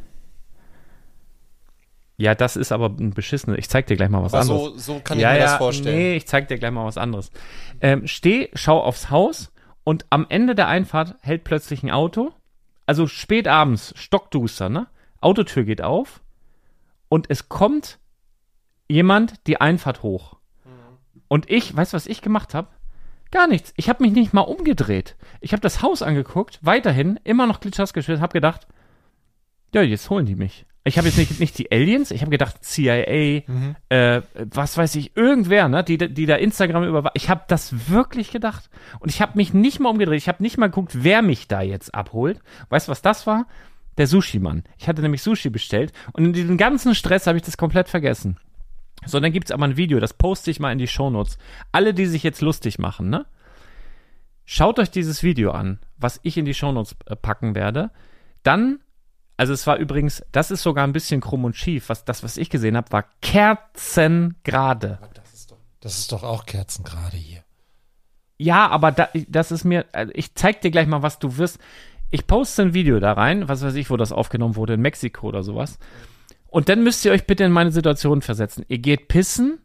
Ja, das ist aber ein beschissenes. Ich zeig dir gleich mal was anderes.
So kann ich mir das vorstellen.
Nee, ich zeig dir gleich mal was anderes. Schau aufs Haus und am Ende der Einfahrt hält plötzlich ein Auto. Also spät abends, stockduster, ne? Autotür geht auf und es kommt jemand die Einfahrt hoch. Und weißt du, was ich gemacht habe? Gar nichts. Ich habe mich nicht mal umgedreht. Ich habe das Haus angeguckt, weiterhin, immer noch glitschhaus gespielt, habe gedacht, ja, jetzt holen die mich. Ich habe jetzt nicht die Aliens, ich habe gedacht CIA, was weiß ich, irgendwer, ne, die da Instagram überwacht. Ich habe das wirklich gedacht. Und ich habe mich nicht mal umgedreht. Ich habe nicht mal geguckt, wer mich da jetzt abholt. Weißt du, was das war? Der Sushi-Mann. Ich hatte nämlich Sushi bestellt und in diesem ganzen Stress habe ich das komplett vergessen. So, dann gibt's aber ein Video, das poste ich mal in die Shownotes. Alle, die sich jetzt lustig machen, ne? Schaut euch dieses Video an, was ich in die Shownotes packen werde. Dann, also es war übrigens, das ist sogar ein bisschen krumm und schief. Was ich gesehen habe, war kerzengerade.
Das ist doch auch kerzengerade hier.
Ja, aber das ist mir, ich zeig dir gleich mal, was du wirst. Ich poste ein Video da rein, was weiß ich, wo das aufgenommen wurde, in Mexiko oder sowas. Und dann müsst ihr euch bitte in meine Situation versetzen. Ihr geht pissen,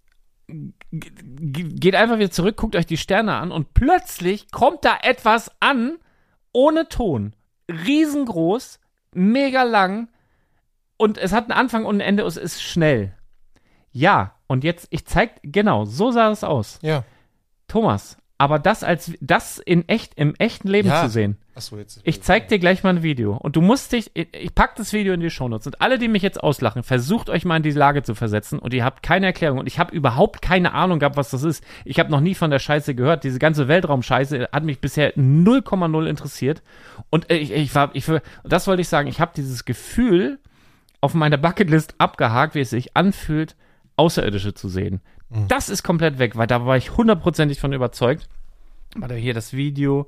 geht einfach wieder zurück, guckt euch die Sterne an und plötzlich kommt da etwas an, ohne Ton. Riesengroß, mega lang und es hat einen Anfang und ein Ende, es ist schnell. Ja, und jetzt, genau, so sah es aus.
Ja.
Thomas, aber das im echten Leben zu sehen.
Achso, jetzt.
Ich zeig dir gleich mal ein Video. Und du musst ich pack das Video in die Shownotes. Und alle, die mich jetzt auslachen, versucht euch mal in die Lage zu versetzen. Und ihr habt keine Erklärung. Und ich habe überhaupt keine Ahnung gehabt, was das ist. Ich habe noch nie von der Scheiße gehört. Diese ganze Weltraumscheiße hat mich bisher 0,0 interessiert. Und das wollte ich sagen. Ich habe dieses Gefühl auf meiner Bucketlist abgehakt, wie es sich anfühlt, Außerirdische zu sehen. Das ist komplett weg, weil da war ich 100%ig von überzeugt. Warte, hier das Video.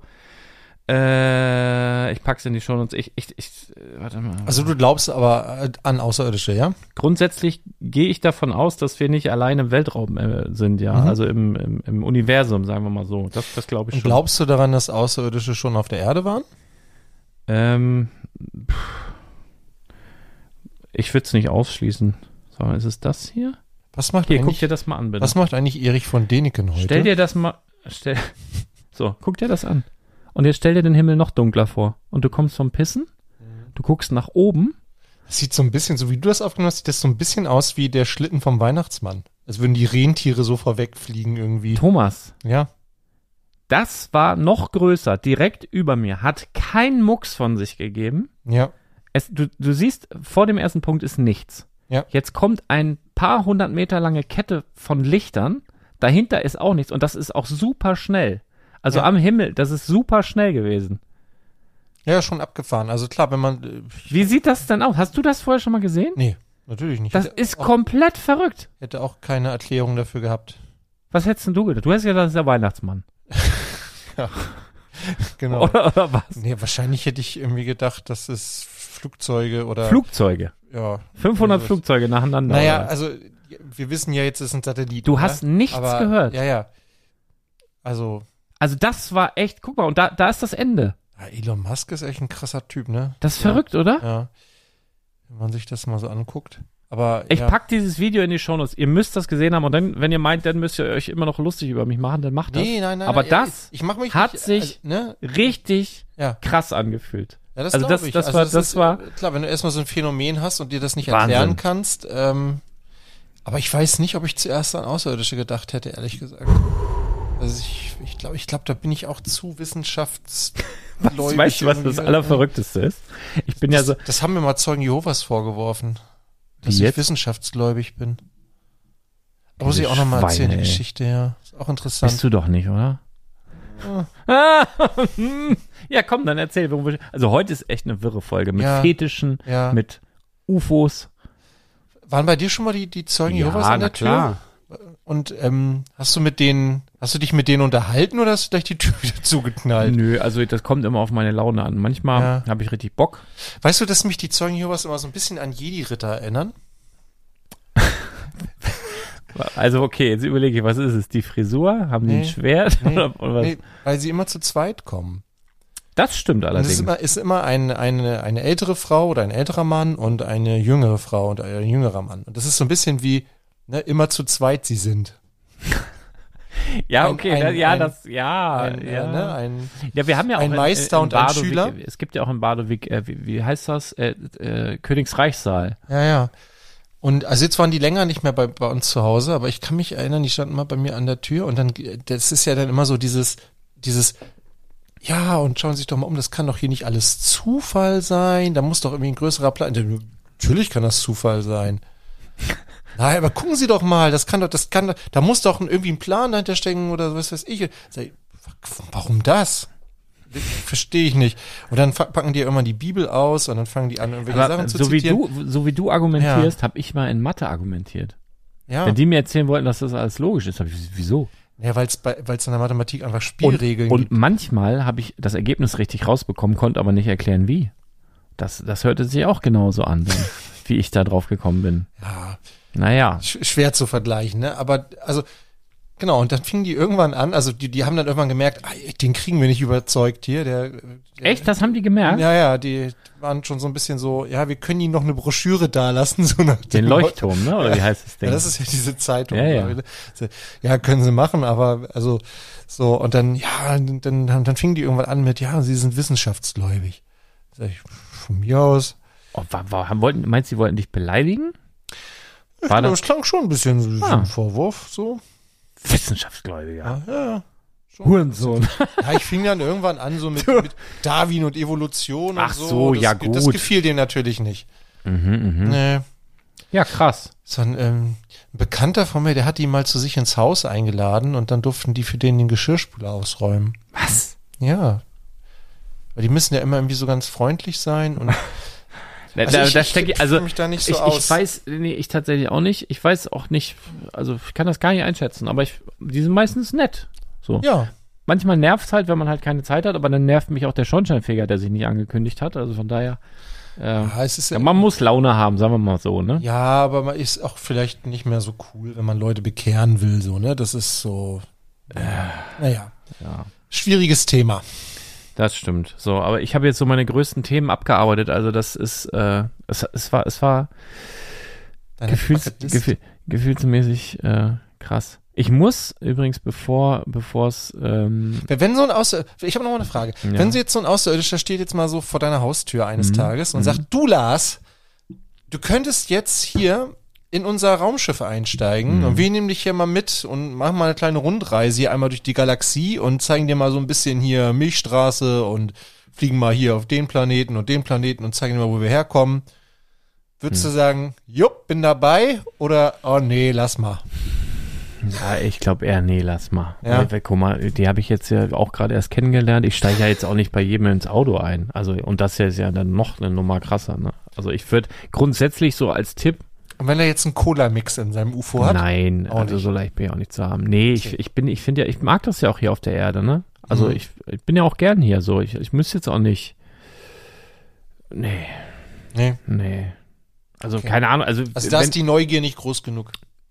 Ich pack's in die Shownotes. Warte mal.
Also du glaubst aber an Außerirdische, ja?
Grundsätzlich gehe ich davon aus, dass wir nicht allein im Weltraum sind, ja. Also im Universum, sagen wir mal so. Das glaube ich schon.
Und glaubst du daran, dass Außerirdische schon auf der Erde waren?
Ich würde es nicht ausschließen. So, ist es das hier?
Was macht
Hier, guck
eigentlich,
dir das mal an, bitte.
was macht eigentlich Erich von Däniken heute?
Stell dir das mal. So, guck dir das an. Und jetzt stell dir den Himmel noch dunkler vor. Und du kommst vom Pissen, du guckst nach oben.
Das sieht so ein bisschen, so wie du das aufgenommen hast, sieht das so ein bisschen aus wie der Schlitten vom Weihnachtsmann. Als würden die Rentiere so vorwegfliegen irgendwie.
Thomas,
Ja.
das war noch größer, direkt über mir, hat kein Mucks von sich gegeben.
Ja.
Du siehst, vor dem ersten Punkt ist nichts.
Ja.
Jetzt kommt ein paar 100 Meter lange Kette von Lichtern. Dahinter ist auch nichts. Und das ist auch super schnell. Also
Ja.
am Himmel, das ist super schnell gewesen.
Ja, schon abgefahren. Also klar, wenn man.
Wie sieht das denn aus? Hast du das vorher schon mal gesehen?
Nee, natürlich nicht.
Das ist komplett verrückt.
Hätte auch keine Erklärung dafür gehabt.
Was hättest denn du gedacht? Du hättest ja gedacht, das ist der Weihnachtsmann.
Genau.
Oder was?
Nee, wahrscheinlich hätte ich irgendwie gedacht, das ist Flugzeuge oder.
Flugzeuge.
Ja.
500
sowas.
Flugzeuge nacheinander.
Naja,
oder?
also wir wissen ja jetzt, es sind Satelliten.
Du
ne?
hast nichts
Aber,
gehört.
Ja, ja. Also,
Also das war echt, guck mal, und da ist das Ende.
ja, Elon Musk ist echt ein krasser Typ, ne?
Das ist verrückt, oder?
Ja. Wenn man sich das mal so anguckt. Aber
Ich
ja.
pack dieses Video in die Shownotes. Ihr müsst das gesehen haben und dann, wenn ihr meint, dann müsst ihr euch immer noch lustig über mich machen, dann macht das.
Nee, nein.
Aber
nein,
das
ich mach mich
hat
nicht,
sich
ne?
richtig
Ja.
krass angefühlt.
Ja, das
Also
glaub
das-
ich.
das
Also
war- das
ist,
war-
klar, wenn du erstmal so ein Phänomen hast und dir das nicht
Wahnsinn.
erklären kannst, aber ich weiß nicht, ob ich zuerst an Außerirdische gedacht hätte, ehrlich gesagt. Also ich glaube, da bin ich auch zu wissenschaftsgläubig.
Weißt du, was das
irgendwie.
Allerverrückteste ist? Ich bin ja so,
Das haben mir mal Zeugen Jehovas vorgeworfen, dass
Wie
ich
jetzt?
wissenschaftsgläubig bin. Muss
Diese
ich auch nochmal erzählen, die
Schweine, ey.
Geschichte, ja. Ist auch interessant.
bist du doch nicht, oder? Ja, komm, dann erzähl. Also heute ist echt eine wirre Folge mit
Ja.
Fetischen,
Ja.
mit UFOs.
Waren bei dir schon mal die Zeugen Jehovas an der Tür? Und hast du dich mit denen unterhalten oder hast du gleich die Tür wieder zugeknallt?
Nö, also das kommt immer auf meine Laune an. Manchmal
Ja.
habe ich richtig Bock.
Weißt du, dass mich die Zeugen Jehovas immer so ein bisschen an Jedi-Ritter erinnern?
Also okay, jetzt überlege ich, was ist es? Die Frisur? Haben die ein
Nee.
Schwert?
Nee.
Oder was?
Nee, weil sie immer zu zweit kommen.
Das stimmt
Und es
allerdings.
ist immer eine ältere Frau oder ein älterer Mann und eine jüngere Frau und ein jüngerer Mann. Und das ist so ein bisschen wie, ne, immer zu zweit sie sind.
Ja,
ein-
okay,
ein-
ja,
ein-
das, ja,
Ein,
ja.
Ne, ein,
Ja, wir haben ja auch
ein Meister und ein Schüler.
Es gibt ja auch in Badowik, wie heißt das? Königsreichssaal.
ja, ja. Und also jetzt waren die länger nicht mehr bei uns zu Hause, aber ich kann mich erinnern, die standen mal bei mir an der Tür und dann, das ist ja dann immer so dieses, ja, und schauen Sie sich doch mal um, das kann doch hier nicht alles Zufall sein, da muss doch irgendwie ein größerer Plan. Natürlich kann das Zufall sein. Nein, aber gucken Sie doch mal, da muss doch irgendwie ein Plan dahinter stecken oder was weiß ich. Sag ich, warum das? Verstehe ich nicht. Und dann packen die irgendwann die Bibel aus und dann fangen die an, irgendwelche
Aber
Sachen zu
so wie
zitieren.
du argumentierst, habe ich mal in Mathe argumentiert.
Ja,
Wenn die mir erzählen wollten, dass das alles logisch ist, habe ich, wieso?
ja weil es in der Mathematik einfach Spielregeln
Und
gibt.
manchmal habe ich das Ergebnis richtig rausbekommen, konnte aber nicht erklären, wie. Das hörte sich auch genauso an, wie ich da drauf gekommen bin.
Ja,
Naja.
schwer zu vergleichen, ne? Aber, also, genau, und dann fingen die irgendwann an, also die haben dann irgendwann gemerkt, den kriegen wir nicht überzeugt hier, der
Echt, das haben die gemerkt?
ja, die waren schon so ein bisschen so, ja, wir können ihnen noch eine Broschüre dalassen, so nach
Den
dem
Leuchtturm, ne? Oder wie heißt das Ding?
Ja, das ist ja diese Zeitung.
Ja, ja.
glaub ich, ne? Ja, können sie machen, aber also so, und dann, ja, dann fingen die irgendwann an mit, ja, sie sind wissenschaftsgläubig. Sag ich, von mir aus.
Oh, meinst du, sie wollten dich beleidigen? War
Das
das
klang schon ein bisschen so
Ah.
ein Vorwurf, so.
Wissenschaftsgläubiger?
Ja.
Hurensohn.
Ja, ich fing dann irgendwann an, so mit Darwin und Evolution
Ach
und
so,
Das,
ja,
Das
gut.
gefiel denen natürlich nicht.
Mhm.
Nee.
Ja, krass.
So ein Bekannter von mir, der hat die mal zu sich ins Haus eingeladen und dann durften die für den Geschirrspüler ausräumen.
Was?
Ja. Weil die müssen ja immer irgendwie so ganz freundlich sein und
Da steck ich, also
kenn mich da nicht so
ich
aus.
weiß, nee, ich tatsächlich auch nicht. Ich weiß auch nicht, also ich kann das gar nicht einschätzen, aber die sind meistens nett. So.
Ja.
Manchmal nervt es halt, wenn man halt keine Zeit hat, aber dann nervt mich auch der Schornsteinfeger, der sich nicht angekündigt hat. Also von daher,
Es ist
ja, man muss Laune haben, sagen wir mal so, ne?
ja, aber man ist auch vielleicht nicht mehr so cool, wenn man Leute bekehren will, so, ne? Das ist so, naja.
Ja.
Schwieriges Thema.
Das stimmt. So, aber ich habe jetzt so meine größten Themen abgearbeitet. Also das ist, es war
Deine Bucketlist?
gefühlsmäßig krass. Ich muss übrigens, bevor es
Wenn so ein ich habe noch mal eine Frage.
Ja.
Wenn so jetzt so ein Außerirdischer steht jetzt mal so vor deiner Haustür eines Tages und sagt, du Lars, du könntest jetzt hier in unser Raumschiff einsteigen und wir nehmen dich hier mal mit und machen mal eine kleine Rundreise hier einmal durch die Galaxie und zeigen dir mal so ein bisschen hier Milchstraße und fliegen mal hier auf den Planeten und zeigen dir mal, wo wir herkommen. Würdest du sagen, jupp, bin dabei oder, oh nee, lass mal.
Ja, ich glaube eher, nee, lass mal.
Ja.
Weil, guck mal, die habe ich jetzt ja auch gerade erst kennengelernt. Ich steige ja jetzt auch nicht bei jedem ins Auto ein. Also, und das hier ist ja dann noch eine Nummer krasser, ne? Also ich würde grundsätzlich so als Tipp.
Und wenn er jetzt einen Cola-Mix in seinem UFO hat?
Nein,
Auch
also
nicht.
so leicht bin ich auch nicht zu haben. Nee, ich finde ja, ich mag das ja auch hier auf der Erde, ne? Also ich bin ja auch gern hier so. Ich müsste jetzt auch nicht. Nee. Also
Okay.
keine Ahnung. Also
Da ist die Neugier nicht groß genug.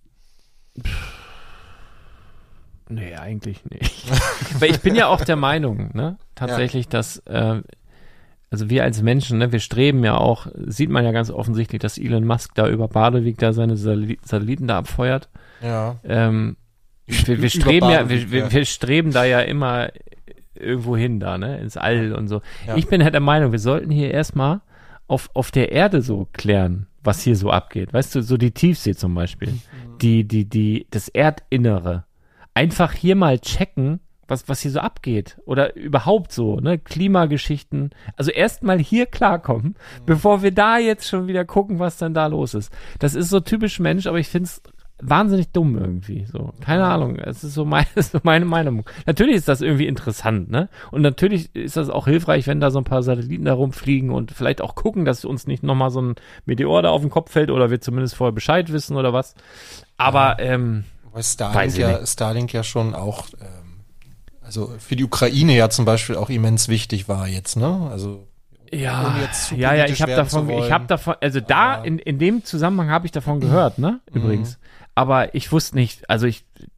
Nee, eigentlich nicht. Weil ich bin ja auch der Meinung, ne, tatsächlich, dass, also wir als Menschen, ne, wir streben ja auch, sieht man ja ganz offensichtlich, dass Elon Musk da über Badewig da seine Satelliten da abfeuert.
Ja.
Wir streben ja, wir streben da ja immer irgendwo hin da, ne, ins All und so.
Ja.
Ich bin halt der Meinung, wir sollten hier erstmal auf der Erde so klären, was hier so abgeht. Weißt du, so die Tiefsee zum Beispiel, das Erdinnere. Einfach hier mal checken, was hier so abgeht. Oder überhaupt so, ne? Klimageschichten. Also erstmal hier klarkommen, bevor wir da jetzt schon wieder gucken, was dann da los ist. Das ist so typisch Mensch, aber ich finde es wahnsinnig dumm irgendwie. So, keine Ahnung. Es ist so meine Meinung. Natürlich ist das irgendwie interessant, ne? Und natürlich ist das auch hilfreich, wenn da so ein paar Satelliten da rumfliegen und vielleicht auch gucken, dass uns nicht nochmal so ein Meteor da auf den Kopf fällt oder wir zumindest vorher Bescheid wissen oder was. Aber,
Weil
Weiß ich nicht.
Starlink ja schon auch, also für die Ukraine ja zum Beispiel auch immens wichtig war jetzt, ne? Also
ja,
ohne jetzt zu
ich
politisch
habe
werden zu
davon,
wollen.
also da in dem Zusammenhang habe ich davon gehört, ne? Übrigens. Aber ich wusste nicht, also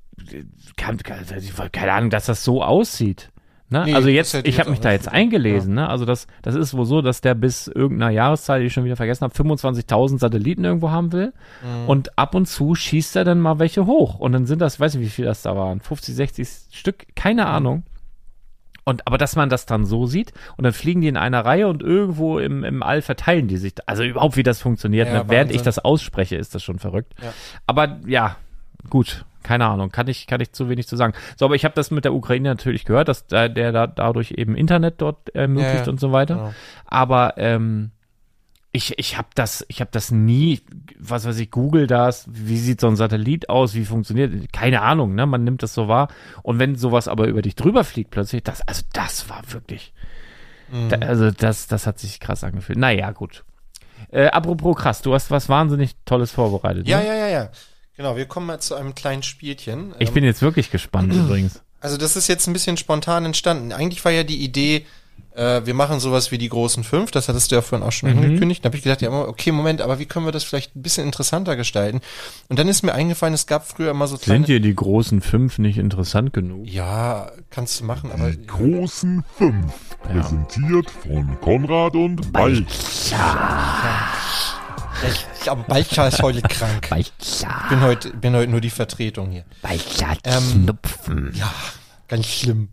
keine Ahnung, dass das so aussieht. Ne?
Nee,
also
das
jetzt,
hätte ich
ich habe
jetzt
mich
auch
da
nicht
jetzt eingelesen, ne? Also das ist wohl so, dass der bis irgendeiner Jahreszahl, die ich schon wieder vergessen habe, 25.000 Satelliten irgendwo haben will. Und ab und zu schießt er dann mal welche hoch. Und dann sind das, weiß nicht, wie viel das da waren, 50, 60 Stück, keine Ahnung. Aber dass man das dann so sieht und dann fliegen die in einer Reihe und irgendwo im All verteilen die sich. Also überhaupt, wie das funktioniert.
Ja,
Ne? Während ich
Wahnsinn.
das ausspreche, ist das schon verrückt.
Ja.
Aber ja, gut, keine Ahnung, kann ich zu wenig zu sagen. So, aber ich habe das mit der Ukraine natürlich gehört, dass der dadurch eben Internet dort ermöglicht
Ja,
und so weiter.
genau.
Aber ich habe das nie, was weiß ich, google das, wie sieht so ein Satellit aus, wie funktioniert, keine Ahnung, ne, man nimmt das so wahr und wenn sowas aber über dich drüber fliegt plötzlich, das war wirklich, das hat sich krass angefühlt. Naja, gut. Apropos krass, du hast was wahnsinnig Tolles vorbereitet.
Ja,
ne?
ja. Genau, wir kommen mal zu einem kleinen Spielchen.
Ich bin jetzt wirklich gespannt übrigens.
Also das ist jetzt ein bisschen spontan entstanden. Eigentlich war ja die Idee, wir machen sowas wie die großen 5, das hattest du ja vorhin auch schon angekündigt. Da habe ich gedacht, ja, okay, Moment, aber wie können wir das vielleicht ein bisschen interessanter gestalten? Und dann ist mir eingefallen, es gab früher immer so kleine...
Sind dir die großen 5 nicht interessant genug?
Ja, kannst du machen, aber...
Die großen 5, präsentiert von Konrad und Balcha.
Aber Balcha ist heute krank.
Balcha.
Bin heute nur die Vertretung hier.
Balcha Schnupfen.
Ja, ganz schlimm.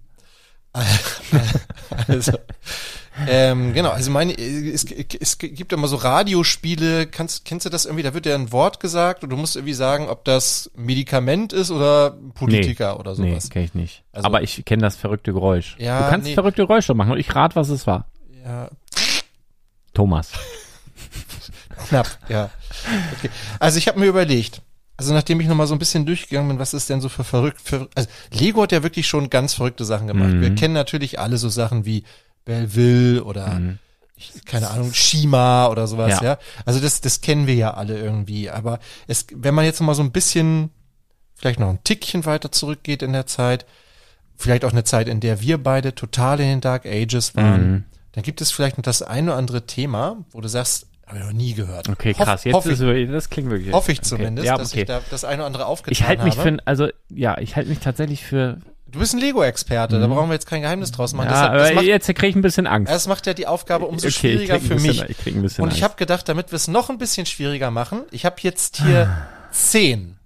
Also, genau, also es gibt immer so Radiospiele, kennst du das irgendwie, da wird ja ein Wort gesagt und du musst irgendwie sagen, ob das Medikament ist oder Politiker oder
Nee,
sowas.
kenne ich nicht.
Also-
Aber ich kenne das verrückte Geräusch.
Ja,
du kannst
nee.
verrückte Geräusche machen und ich rate, was es war.
Ja,
Thomas.
knapp, ja. Okay. Also ich habe mir überlegt, also nachdem ich nochmal so ein bisschen durchgegangen bin, was ist denn so für also Lego hat ja wirklich schon ganz verrückte Sachen gemacht. Wir kennen natürlich alle so Sachen wie Belleville oder keine Ahnung, Shima oder sowas, ja. Also das kennen wir ja alle irgendwie, aber wenn man jetzt nochmal so ein bisschen, vielleicht noch ein Tickchen weiter zurückgeht in der Zeit, vielleicht auch eine Zeit, in der wir beide total in den Dark Ages waren, dann gibt es vielleicht noch das eine oder andere Thema, wo du sagst, habe ich noch nie gehört.
Okay, krass. Das klingt wirklich.
Hoffe ich
okay.
zumindest,
Ja,
dass
okay.
ich da das eine oder andere aufgetan
Ich halte mich
habe.
ich halte mich tatsächlich für
Du bist ein Lego-Experte, da brauchen wir jetzt kein Geheimnis draus machen.
Ja,
das
aber jetzt kriege ich ein bisschen Angst.
Das macht ja die Aufgabe umso
Okay,
schwieriger für mich.
Ich krieg ein bisschen
Und ich
Angst.
habe gedacht, damit wir es noch ein bisschen schwieriger machen, ich habe jetzt hier 10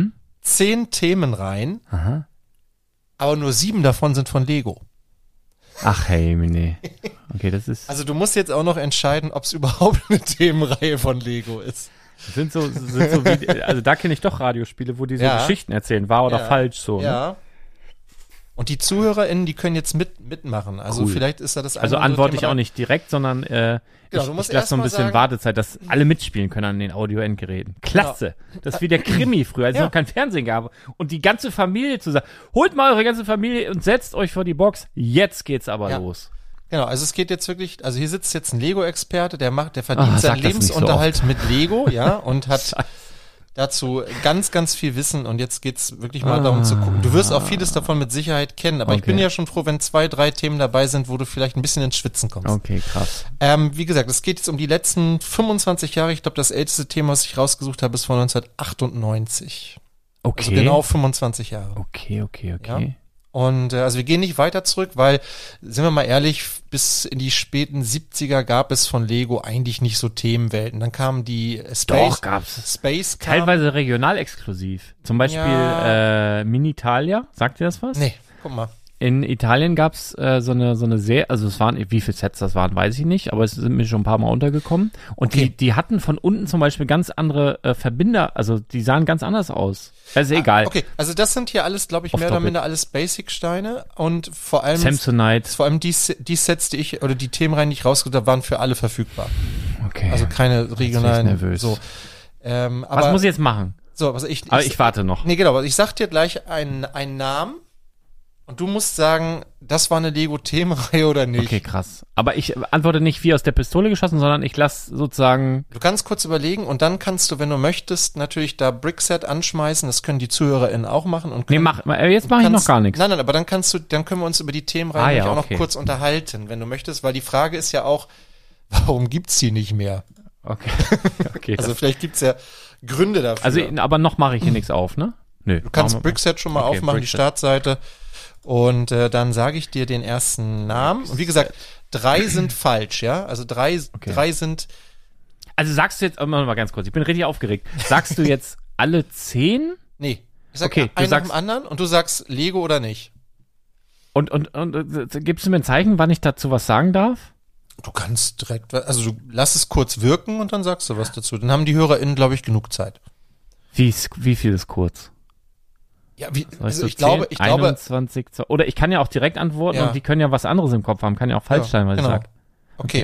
Themenreihen, aber nur 7 davon sind von Lego.
Ach hey, nee. Okay, das ist...
Also du musst jetzt auch noch entscheiden, ob es überhaupt eine Themenreihe von Lego ist.
Sind so wie, also da kenne ich doch Radiospiele, wo die so
Ja.
Geschichten erzählen, wahr oder falsch so. Ne?
Ja. Und die ZuhörerInnen, die können jetzt mitmachen. Also
Cool.
vielleicht ist da das
Also
eine oder andere
antworte ich
Thema
auch nicht direkt, sondern
du musst
ich lasse
erst
noch ein
mal
bisschen
sagen-
Wartezeit, dass alle mitspielen können an den Audio-Endgeräten. Klasse. Das ist wie der Krimi früher, als es
Ja.
noch kein Fernsehen gab. Und die ganze Familie zusammen. Holt mal eure ganze Familie und setzt euch vor die Box. Jetzt geht's aber
Ja.
los.
Genau, also es geht jetzt wirklich, also hier sitzt jetzt ein Lego-Experte, der verdient
sag
seinen
das nicht so
Lebensunterhalt mit Lego, ja, und hat dazu ganz, ganz viel Wissen und jetzt geht's wirklich mal darum zu gucken. Du wirst auch vieles davon mit Sicherheit kennen, aber ich
Okay.
bin ja schon froh, wenn 2, 3 Themen dabei sind, wo du vielleicht ein bisschen ins Schwitzen kommst.
Okay, krass.
Wie gesagt, es geht jetzt um die letzten 25 Jahre. Ich glaube, das älteste Thema, was ich rausgesucht habe, ist von 1998.
Okay.
Also genau 25 Jahre.
Okay.
Ja. Und also wir gehen nicht weiter zurück, weil, sind wir mal ehrlich, bis in die späten 70er gab es von Lego eigentlich nicht so Themenwelten. Dann kamen die
Doch, gab's.
Space kam.
Teilweise regional exklusiv. Zum Beispiel
Ja.
Minitalia. Sagt ihr das was?
Nee, guck mal.
In Italien gab's so eine Serie, also es waren, wie viele Sets das waren, weiß ich nicht, aber es sind mir schon ein paar Mal untergekommen. Und
Okay.
die hatten von unten zum Beispiel ganz andere Verbinder, also die sahen ganz anders aus. Also egal.
Okay, also das sind hier alles, glaube ich, mehr oder
Off-topic.
minder alles Basic-Steine und vor allem
Samsonite.
die Sets, die ich, oder die Themenreihen, die ich rausgesucht habe, waren für alle verfügbar.
Okay.
Also keine regionalen.
nervös.
So.
Was
Aber,
muss ich jetzt machen?
so, also ich
warte noch.
Nee, genau, aber ich sag dir gleich einen Namen und du musst sagen, das war eine Lego-Themenreihe oder nicht.
Okay, krass. Aber ich antworte nicht wie aus der Pistole geschossen, sondern ich lasse sozusagen.
Du kannst kurz überlegen und dann kannst du, wenn du möchtest, natürlich da Brickset anschmeißen. Das können die ZuhörerInnen auch machen. Und
Nee,
können,
jetzt mache ich noch gar nichts.
Nein, aber dann können wir uns über die Themenreihe
Ah, ja,
nämlich auch
okay.
noch kurz unterhalten, wenn du möchtest, weil die Frage ist ja auch, warum gibt's die nicht mehr?
Okay. Okay.
Also vielleicht gibt's ja Gründe dafür.
also, aber noch mache ich hier nichts auf, ne? Nö.
Du kannst
Machen wir-
Brickset schon mal
Okay,
aufmachen, die
Brickset.
Startseite. Und dann sage ich dir den ersten Namen. Und wie gesagt, 3 sind falsch, ja? Also 3 sind,
Also sagst du jetzt, mal ganz kurz, ich bin richtig aufgeregt. Sagst du jetzt alle 10?
nee. Ich sag
Okay, du
einen nach
sagst-
dem anderen und du sagst Lego oder nicht.
Und gibst du mir ein Zeichen, wann ich dazu was sagen darf?
Du kannst direkt, also du lass es kurz wirken und dann sagst du was dazu. Dann haben die HörerInnen, glaube ich, genug Zeit.
Wie viel ist kurz?
Ja,
Soll
also
so
ich glaube,
21, oder ich kann ja auch direkt antworten
Ja.
und die können ja was anderes im Kopf haben, kann ja auch falsch sein, was
genau.
ich sag.
Okay.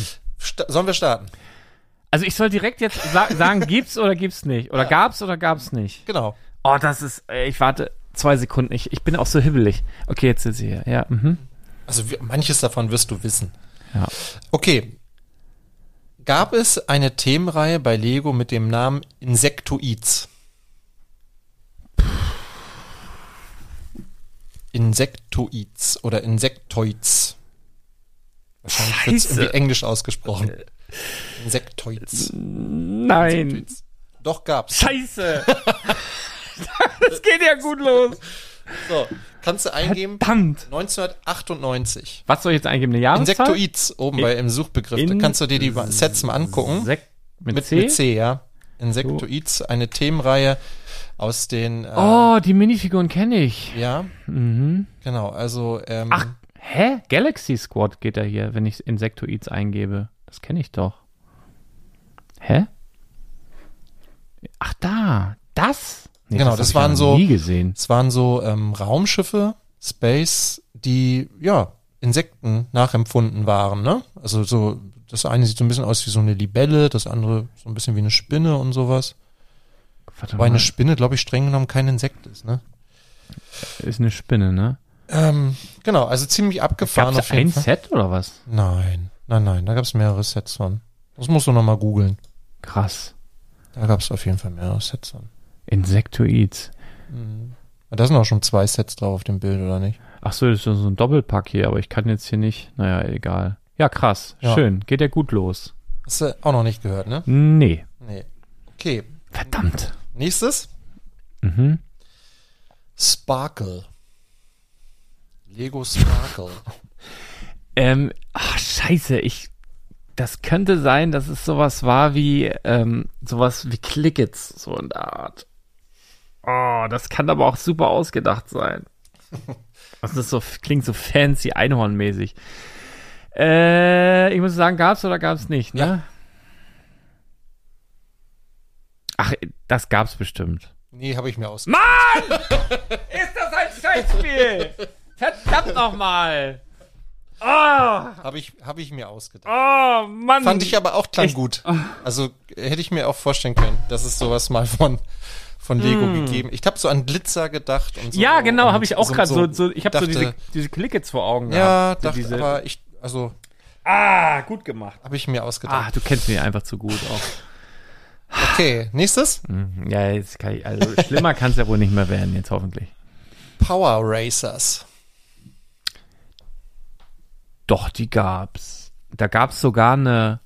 Sollen wir starten?
Also ich soll direkt jetzt sagen, gibt's oder gibt's nicht? Oder gab's oder gab's nicht?
Genau.
Oh, das ist, ich warte 2 Sekunden, ich bin auch so hibbelig. Okay, jetzt sind sie hier, ja,
Also manches davon wirst du wissen.
Ja.
Okay. Gab es eine Themenreihe bei Lego mit dem Namen Insectoids? Insectoids oder Insectoids. Wahrscheinlich wird es
Scheiße.
irgendwie englisch ausgesprochen. Insectoids.
Nein.
Insectoids. Doch gab's.
Scheiße. Das geht ja gut los.
So, kannst du eingeben?
Verdammt.
1998.
Was soll ich jetzt eingeben, eine Jahreszahl?
Insectoids oben im Suchbegriff. Da kannst du dir die Sets mal angucken.
Mit
Mit C, ja. Insectoids, eine Themenreihe aus den
Oh, die Minifiguren kenne ich.
ja,
Mhm.
genau, also
Ach, hä? Galaxy Squad geht da hier, wenn ich Insectoids eingebe. Das kenne ich doch. Hä? Ach, da. Das? Nee,
Genau,
hab
das
ich
waren
ja
so-
nie gesehen.
es waren so Raumschiffe, Space, die ja Insekten nachempfunden waren, ne? Also so, das eine sieht so ein bisschen aus wie so eine Libelle, das andere so ein bisschen wie eine Spinne und sowas.
Warte
Wobei
mal,
eine Spinne, glaube ich, streng genommen kein Insekt ist, ne?
ist eine Spinne, ne?
Genau, also ziemlich abgefahren
Gab's da ein Set oder was?
Nein, da gab es mehrere Sets von. Das musst du nochmal googeln.
Krass.
Da gab es auf jeden Fall mehrere Sets von.
Insectoids.
Da sind auch schon 2 Sets drauf auf dem Bild, oder nicht?
Ach so, das ist so ein Doppelpack hier, aber ich kann jetzt hier nicht. Naja, egal. Ja, krass.
Ja.
Schön. Geht ja gut los.
Hast du auch noch nicht gehört, ne?
Nee.
Nee. Okay,
Verdammt.
nächstes.
Mhm.
Sparkle. Lego Sparkle.
Scheiße, das könnte sein, dass es sowas war wie, sowas wie Clickets, so in der Art. Oh, das kann aber auch super ausgedacht sein. Das ist so, klingt so fancy, Einhornmäßig. Ich muss sagen, gab's oder gab's nicht, ne?
Ja.
Ach, das gab's bestimmt.
Nee, habe ich mir ausgedacht.
Mann! Ist das ein Scheißspiel? Verdammt nochmal! Oh,
Habe ich mir ausgedacht.
oh, Mann!
Fand ich aber auch klang
Echt?
gut. Also hätte ich mir auch vorstellen können, dass es sowas mal von Lego gegeben. Ich habe so an Glitzer gedacht und so.
Ja, genau,
und
habe ich auch gerade so, ich habe so
dachte,
diese Clickets vor Augen
ja,
gehabt.
dachte,
diese,
aber
gut gemacht.
habe ich mir ausgedacht.
Du kennst mich einfach zu gut auch.
Okay, nächstes.
Ja, jetzt kann ich, also schlimmer kann es ja wohl nicht mehr werden, jetzt hoffentlich.
Power Racers.
Doch, die gab's. Da gab's sogar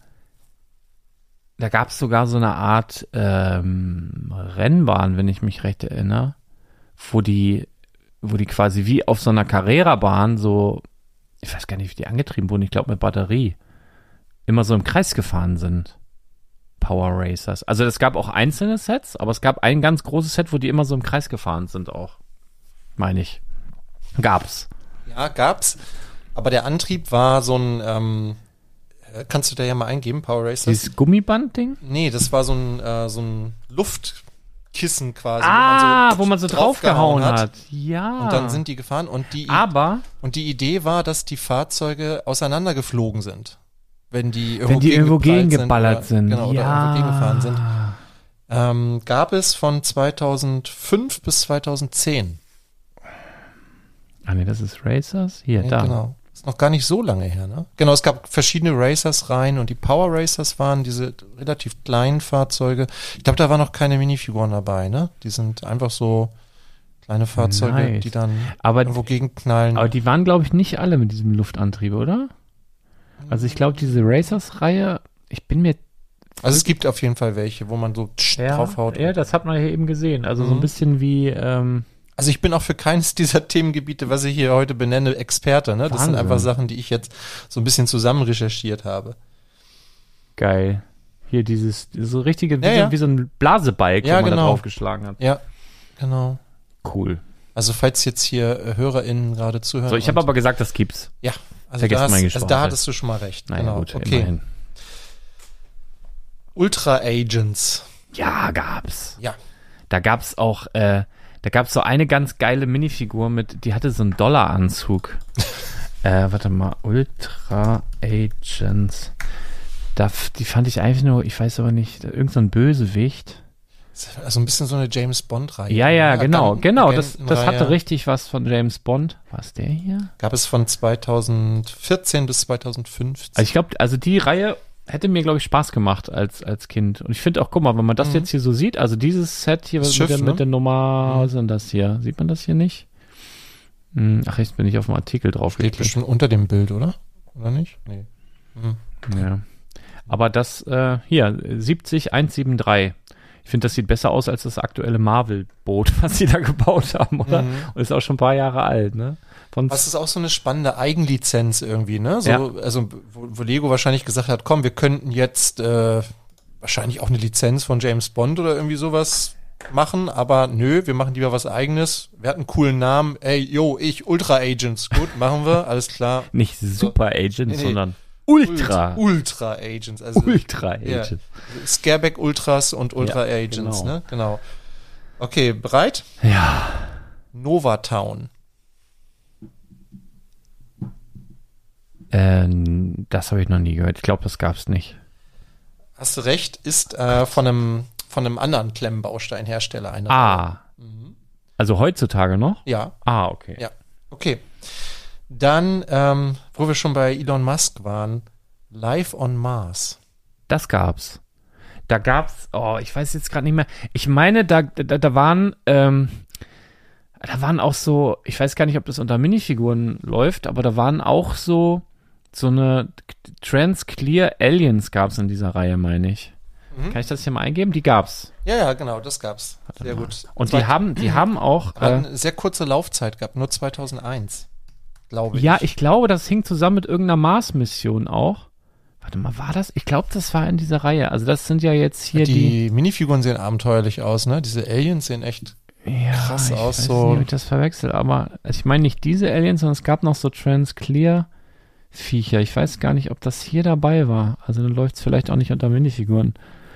so eine Art Rennbahn, wenn ich mich recht erinnere, wo die quasi wie auf so einer Carrera-Bahn so, ich weiß gar nicht, wie die angetrieben wurden, ich glaube mit Batterie, immer so im Kreis gefahren sind. Power Racers. Also es gab auch einzelne Sets, aber es gab ein ganz großes Set, wo die immer so im Kreis gefahren sind auch. Meine ich. Gab's.
Ja, gab's. Aber der Antrieb war so ein, kannst du da ja mal eingeben, Power Racers?
Dieses Gummiband-Ding?
Nee, das war so ein Luftkissen quasi.
Wo man so draufgehauen hat. Ja.
Und dann sind die gefahren und die Idee war, dass die Fahrzeuge auseinandergeflogen sind. Wenn die irgendwo
gegengeballert sind.
Genau, oder irgendwo gegengefahren sind. Gab es von 2005 bis 2010.
Nee, das ist Racers? Hier,
Ja,
da.
genau. Ist noch gar nicht so lange her, ne? Genau, es gab verschiedene Racers rein und die Power Racers waren diese relativ kleinen Fahrzeuge. Ich glaube, da waren noch keine Minifiguren dabei, ne? Die sind einfach so kleine Fahrzeuge,
Nice.
die dann
Aber
irgendwo gegenknallen.
Aber die waren, glaube ich, nicht alle mit diesem Luftantrieb, oder? Also ich glaube, diese Racers-Reihe, ich bin mir...
Also es gibt auf jeden Fall welche, wo man so draufhaut.
Ja, das hat man hier eben gesehen. Also so ein bisschen wie...
Also ich bin auch für keines dieser Themengebiete, was ich hier heute benenne, Experte. Ne? Das sind
Wahnsinn.
einfach Sachen, die ich jetzt so ein bisschen zusammen recherchiert habe.
Geil. Hier so richtige,
Ja.
wie so ein Blasebalg,
Ja,
wo man da
genau.
draufgeschlagen hat.
Ja, genau.
Cool.
Also falls jetzt hier HörerInnen gerade zuhören.
So, ich habe
und-
aber gesagt, das gibt's.
Ja, also
Vergesst mein
da
Geschwafel.
hattest du schon mal recht.
Naja,
Genau.
gut,
Okay.
immerhin.
Ultra Agents.
Ja, gab's.
Ja.
Da gab's auch, da gab's so eine ganz geile Minifigur die hatte so einen Dollaranzug. Warte mal, Ultra Agents. Die fand ich einfach nur, ich weiß aber nicht, irgend so ein Bösewicht.
Also ein bisschen so eine James Bond-Reihe.
Ja, genau. Das
Agentenreihe.
hatte richtig was von James Bond. Was der hier?
Gab es von 2014 bis 2015.
Also ich glaube, die Reihe hätte mir, glaube ich, Spaß gemacht als Kind. Und ich finde auch, guck mal, wenn man das jetzt hier so sieht, also dieses Set hier
Das Schiff,
mit der Nummer, was ist denn das hier? Sieht man das hier nicht? Ach, jetzt bin ich auf dem Artikel drauf
Steht
geklickt.
bestimmt unter dem Bild, oder? Oder nicht? Nee.
Ja. Aber das hier, 70173. Ich finde, das sieht besser aus als das aktuelle Marvel-Boot, was sie da gebaut haben, oder? Und ist auch schon ein paar Jahre alt, ne?
Was ist auch so eine spannende Eigenlizenz irgendwie, ne? So,
Ja.
Also, wo Lego wahrscheinlich gesagt hat, komm, wir könnten jetzt wahrscheinlich auch eine Lizenz von James Bond oder irgendwie sowas machen, aber nö, wir machen lieber was Eigenes. Wir hatten einen coolen Namen. Ey, Ultra Agents. Gut, machen wir, alles klar.
Nicht Super Agents,
Nee.
sondern Ultra.
Ultra Agents. Also,
Ultra
ja.
Agents.
Scareback Ultras und Ultra
Ja,
Agents,
genau.
ne? Genau. Okay, bereit?
Ja.
Nova Town.
Das habe ich noch nie gehört. Ich glaube, das gab's nicht.
Hast du recht, ist von einem anderen Klemmbausteinhersteller eine.
Also heutzutage noch?
Ja,
Okay.
ja. Okay. Dann, wo wir schon bei Elon Musk waren, Live on Mars.
Das gab's. Da gab's, ich weiß jetzt gerade nicht mehr. Ich meine, da waren auch so, ich weiß gar nicht, ob das unter Minifiguren läuft, aber da waren auch so eine Trans-Clear Aliens gab's in dieser Reihe, meine ich. Kann ich das hier mal eingeben? Die gab's.
Ja, genau, das gab's. Sehr gut.
Und die haben auch,
hat eine sehr kurze Laufzeit gehabt, nur 2001. glaube ich.
Ja, ich glaube, das hing zusammen mit irgendeiner Mars-Mission auch. Warte mal, war das? Ich glaube, das war in dieser Reihe. Also das sind ja jetzt hier
die Minifiguren sehen abenteuerlich aus, ne? Diese Aliens sehen echt krass aus.
Ich weiß
So.
nicht, ob ich das verwechsel, aber ich meine nicht diese Aliens, sondern es gab noch so Transclear-Viecher. Ich weiß gar nicht, ob das hier dabei war. Also dann läuft es vielleicht auch nicht unter Minifiguren.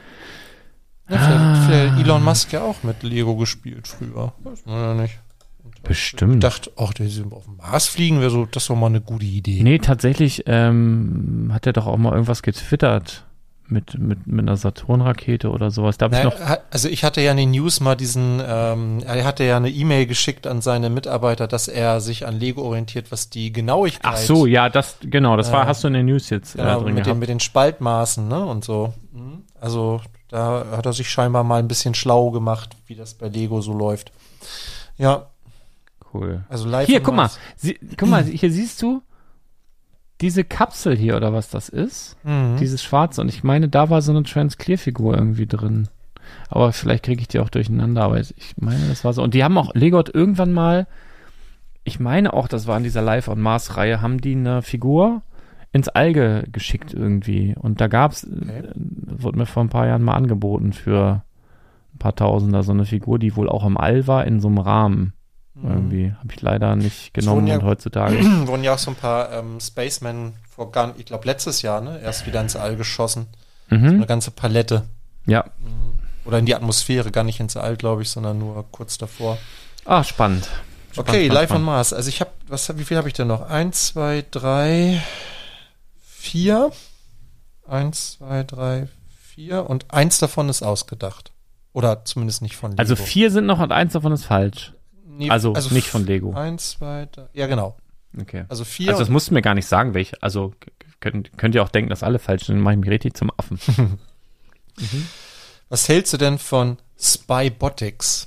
Ja, vielleicht Elon Musk ja auch mit Lego gespielt früher. Weiß man ja nicht.
Bestimmt.
Ich dachte, ach, der ist auf dem Mars fliegen wäre so, das ist doch mal eine gute Idee.
Nee, tatsächlich hat er doch auch mal irgendwas getwittert mit einer Saturn-Rakete oder sowas. Da hab ich noch.
Also ich hatte ja in den News mal er hatte ja eine E-Mail geschickt an seine Mitarbeiter, dass er sich an Lego orientiert, was die Genauigkeit.
Ach so, ja, das hast du in den News jetzt
genau,
drin
mit
gehabt.
den Spaltmaßen, ne, und so. Also da hat er sich scheinbar mal ein bisschen schlau gemacht, wie das bei Lego so läuft. Ja.
Cool.
Also live.
Hier, guck mal, hier siehst du diese Kapsel hier oder was das ist. Dieses Schwarze. Und ich meine, da war so eine Transclear-Figur irgendwie drin. Aber vielleicht kriege ich die auch durcheinander. Aber ich meine, das war so. Und die haben auch, Lego hat irgendwann mal, ich meine auch, das war in dieser Live on Mars-Reihe, haben die eine Figur ins All geschickt irgendwie. Und da gab's, wurde mir vor ein paar Jahren mal angeboten für ein paar Tausender so eine Figur, die wohl auch im All war, in so einem Rahmen. Irgendwie habe ich leider nicht genommen und heutzutage.
Wurden ja auch so ein paar Spacemen ich glaube letztes Jahr, ne, erst wieder ins All geschossen. So eine ganze Palette.
Ja.
Oder in die Atmosphäre, gar nicht ins All, glaube ich, sondern nur kurz davor.
Ah, spannend.
Okay, Live on Mars. Also ich habe, wie viel habe ich denn noch? 1, 2, 3, 4. 1, 2, 3, 4 und eins davon ist ausgedacht. Oder zumindest nicht von Lego.
Also 4 sind noch und eins davon ist falsch.
Nee,
also nicht von Lego.
1, 2, 3. Ja, genau.
Okay.
Also 4.
Also das musst du mir gar nicht sagen, welche. Also könnt ihr auch denken, dass alle falsch sind, dann mache ich mich richtig zum Affen.
Was hältst du denn von Spybotics?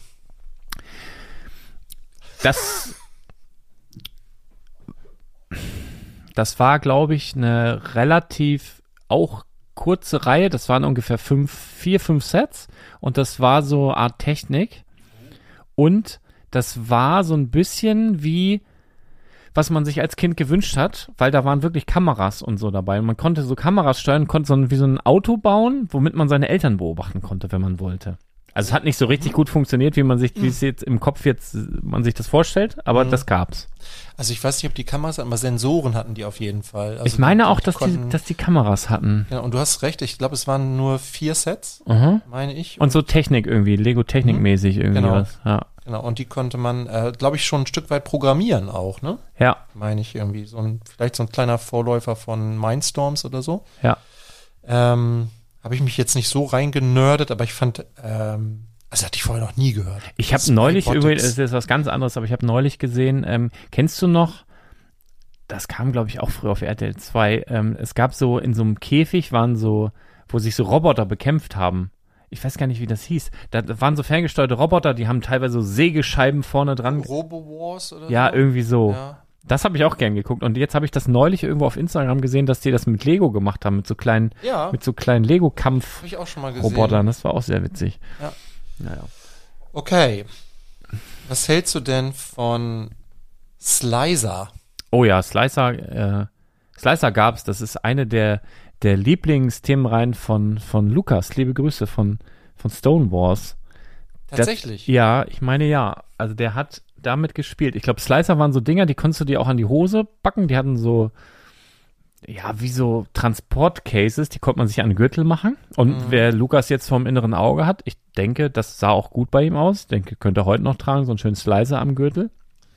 Das war, glaube ich, eine relativ auch kurze Reihe. Das waren ungefähr 4, 5 Sets. Und das war so eine Art Technik. Und das war so ein bisschen wie, was man sich als Kind gewünscht hat, weil da waren wirklich Kameras und so dabei. Und man konnte so Kameras steuern, konnte wie so ein Auto bauen, womit man seine Eltern beobachten konnte, wenn man wollte. Also es hat nicht so richtig gut funktioniert, wie es jetzt im Kopf man sich das vorstellt, aber das gab's.
Also ich weiß nicht, ob die Kameras, aber Sensoren hatten die auf jeden Fall. Also
ich meine auch, dass die Kameras hatten.
Ja, und du hast recht, ich glaube, es waren nur 4 Sets, meine ich.
Und so Technik irgendwie, Lego-Technik-mäßig irgendwie
genau.
was. Ja.
Genau, und die konnte man, glaube ich, schon ein Stück weit programmieren auch, ne?
Ja.
Meine ich irgendwie. Vielleicht so ein kleiner Vorläufer von Mindstorms oder so.
Ja.
Habe ich mich jetzt nicht so reingenördet, aber ich fand, also hatte ich vorher noch nie gehört.
Ich habe neulich, übrigens, das ist was ganz anderes, aber ich habe neulich gesehen, kennst du noch, das kam, glaube ich, auch früher auf RTL 2, es gab so, in so einem Käfig wo sich so Roboter bekämpft haben. Ich weiß gar nicht, wie das hieß. Da waren so ferngesteuerte Roboter, die haben teilweise so Sägescheiben vorne dran.
Robo-Wars oder so?
Ja, irgendwie so.
Ja.
Das habe ich auch gern geguckt. Und jetzt habe ich das neulich irgendwo auf Instagram gesehen, dass die das mit Lego gemacht haben, mit so kleinen Lego-Kampf-Robotern.
Habe ich auch schon mal gesehen.
Das war auch sehr witzig.
Ja.
Naja.
Okay. Was hältst du denn von Slicer?
Oh ja, Slicer gab's. Das ist eine der Lieblingsthemenreihen von Lukas. Liebe Grüße von Stone Wars.
Tatsächlich?
Ich meine ja. Also der hat damit gespielt. Ich glaube, Slicer waren so Dinger, die konntest du dir auch an die Hose packen. Die hatten so, wie so Transportcases, die konnte man sich an den Gürtel machen. Und wer Lukas jetzt vom inneren Auge hat, ich denke, das sah auch gut bei ihm aus. Ich denke, könnte er heute noch tragen, so einen schönen Slicer am Gürtel.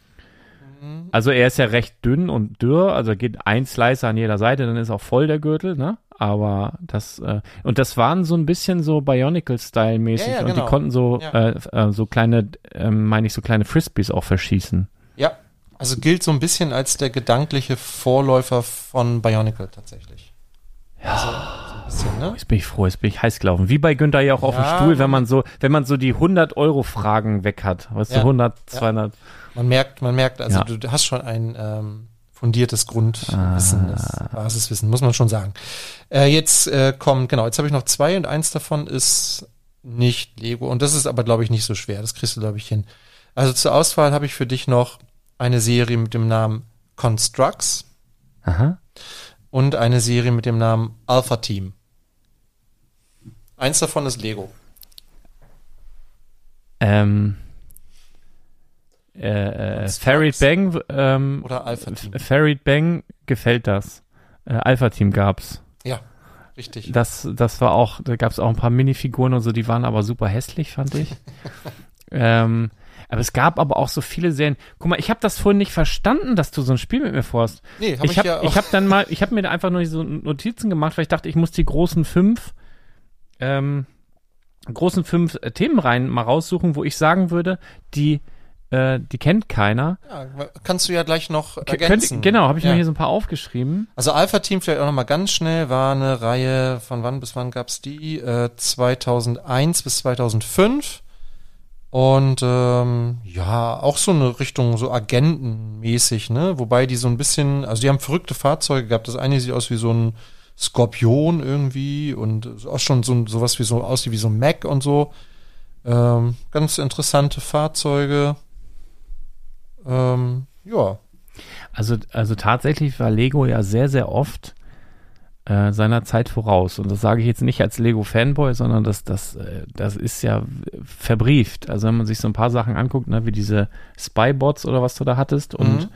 Also er ist ja recht dünn und dürr, also geht ein Slicer an jeder Seite, dann ist auch voll der Gürtel, ne? Aber das waren so ein bisschen so Bionicle-Style-mäßig und
genau.
die konnten so kleine, so kleine Frisbees auch verschießen.
Ja, also gilt so ein bisschen als der gedankliche Vorläufer von Bionicle tatsächlich.
Ja.
Also, so ein bisschen, ne?
Jetzt bin ich froh, jetzt bin ich heiß gelaufen. Wie bei Günther ja auch auf dem Stuhl, wenn man so die 100-Euro-Fragen weg hat. Weißt du, 100, 200.
Man merkt, also du hast schon ein fundiertes Grundwissen, das Basiswissen, muss man schon sagen. Jetzt habe ich noch 2 und eins davon ist nicht Lego und das ist aber, glaube ich, nicht so schwer. Das kriegst du, glaube ich, hin. Also zur Auswahl habe ich für dich noch eine Serie mit dem Namen Constructs
Aha.
und eine Serie mit dem Namen Alpha Team. Eins davon ist Lego.
Farid Bang,
Oder Alpha Team.
Farid Bang gefällt das. Alpha Team gab's.
Ja, richtig.
Das war auch, da gab's auch ein paar Minifiguren und so, die waren aber super hässlich, fand ich. Aber es gab aber auch so viele Serien. Guck mal, ich habe das vorhin nicht verstanden, dass du so ein Spiel mit mir vorhast.
Nee,
Ich habe mir da einfach nur so Notizen gemacht, weil ich dachte, ich muss die großen fünf Themenreihen mal raussuchen, wo ich sagen würde, die kennt keiner.
Ja, kannst du ja gleich noch ergänzen.
Genau, habe ich mir hier so ein paar aufgeschrieben.
Also Alpha Team vielleicht auch nochmal ganz schnell, war eine Reihe, von wann bis wann gab's die? 2001 bis 2005. Und ja, auch so eine Richtung so agentenmäßig, ne? Wobei die so ein bisschen, also die haben verrückte Fahrzeuge gehabt. Das eine sieht aus wie so ein Skorpion irgendwie und auch schon sowas wie so aussieht wie so ein Mac und so. Ganz interessante Fahrzeuge. Ja.
Also tatsächlich war Lego ja sehr, sehr oft seiner Zeit voraus. Und das sage ich jetzt nicht als Lego-Fanboy, sondern das ist ja verbrieft. Also wenn man sich so ein paar Sachen anguckt, ne, wie diese Spy-Bots oder was du da hattest und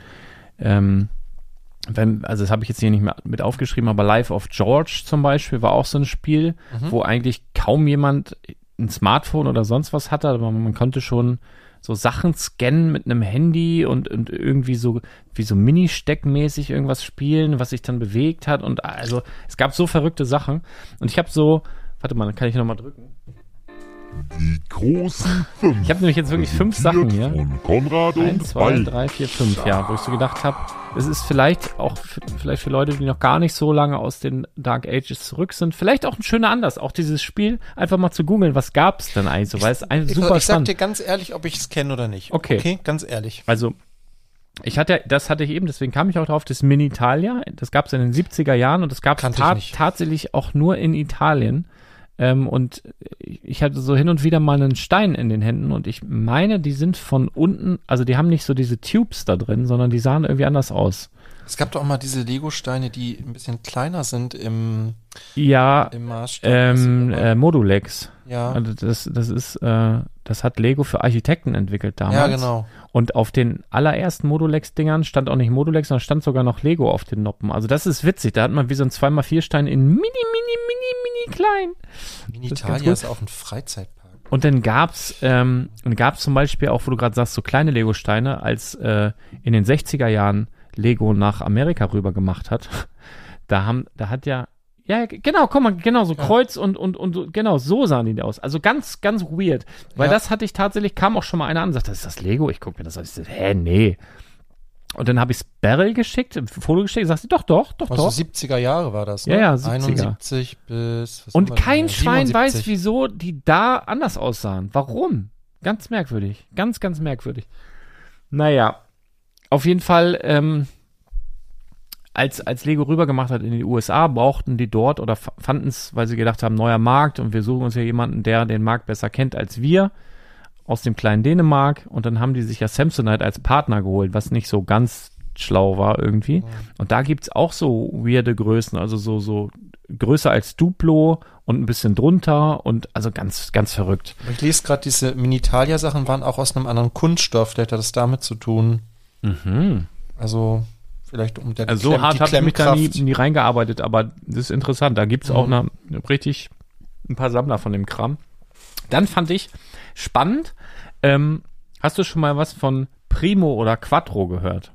also das habe ich jetzt hier nicht mehr mit aufgeschrieben, aber Life of George zum Beispiel war auch so ein Spiel, wo eigentlich kaum jemand ein Smartphone oder sonst was hatte, aber man konnte schon so Sachen scannen mit einem Handy und irgendwie so wie so Mini-Steckmäßig irgendwas spielen, was sich dann bewegt hat und also es gab so verrückte Sachen und ich habe so, warte mal, dann kann ich nochmal drücken.
Die großen 5.
Ich habe nämlich jetzt wirklich 5 Sachen hier.
Von Konrad
1,
und
2,
Ball.
3, 4, 5, ja, wo ich so gedacht habe, es ist vielleicht auch vielleicht für Leute, die noch gar nicht so lange aus den Dark Ages zurück sind, vielleicht auch ein schöner Anlass, auch dieses Spiel einfach mal zu googeln, was gab's denn eigentlich so, weil es einfach super
Ich sag
spannend.
dir ganz ehrlich, ob ich es kenne oder nicht.
Okay,
ganz ehrlich.
Also das hatte ich eben, deswegen kam ich auch drauf, das Mini-Italia, das gab es in den 70er Jahren und das gab es tatsächlich auch nur in Italien. Und ich hatte so hin und wieder mal einen Stein in den Händen und ich meine, die sind von unten, also die haben nicht so diese Tubes da drin, sondern die sahen irgendwie anders aus.
Es gab doch auch mal diese Lego-Steine, die ein bisschen kleiner sind im
Maßstab. Modulex.
Ja.
Also das hat Lego für Architekten entwickelt damals.
Ja, genau.
Und auf den allerersten Modulex-Dingern stand auch nicht Modulex, sondern stand sogar noch Lego auf den Noppen. Also das ist witzig. Da hat man wie so ein 2x4-Stein in mini klein.
Mini-Italia ist auch ein Freizeitpark.
Und dann gab's zum Beispiel auch, wo du gerade sagst, so kleine Lego-Steine, als in den 60er Jahren Lego nach Amerika rüber gemacht hat. Ja, genau, guck mal, genau, so Kreuz und genau, so sahen die aus. Also ganz, ganz weird. Weil das hatte ich tatsächlich, kam auch schon mal einer an und sagte, das ist das Lego? Ich gucke mir das an. Ich so, nee. Und dann habe ich Beryl geschickt, ein Foto geschickt, sagt sie, doch.
Also 70er Jahre war das, ne?
Ja, 70er.
71 bis...
Und kein Schwein weiß, wieso die da anders aussahen. Warum? Ganz merkwürdig. Ganz, ganz merkwürdig. Naja, auf jeden Fall, als Lego rübergemacht hat in die USA, brauchten die dort oder fanden es, weil sie gedacht haben, neuer Markt und wir suchen uns ja jemanden, der den Markt besser kennt als wir, aus dem kleinen Dänemark, und dann haben die sich ja Samsonite als Partner geholt, was nicht so ganz schlau war irgendwie. Und da gibt's auch so weirde Größen, also so größer als Duplo und ein bisschen drunter und also ganz, ganz verrückt.
Ich lese gerade, diese Mini-Italia-Sachen waren auch aus einem anderen Kunststoff, vielleicht hat das damit zu tun. Also vielleicht um der
so hart habe ich mich da nie reingearbeitet, aber das ist interessant. Da gibt's auch ein paar Sammler von dem Kram. Dann fand ich spannend, hast du schon mal was von Primo oder Quattro gehört?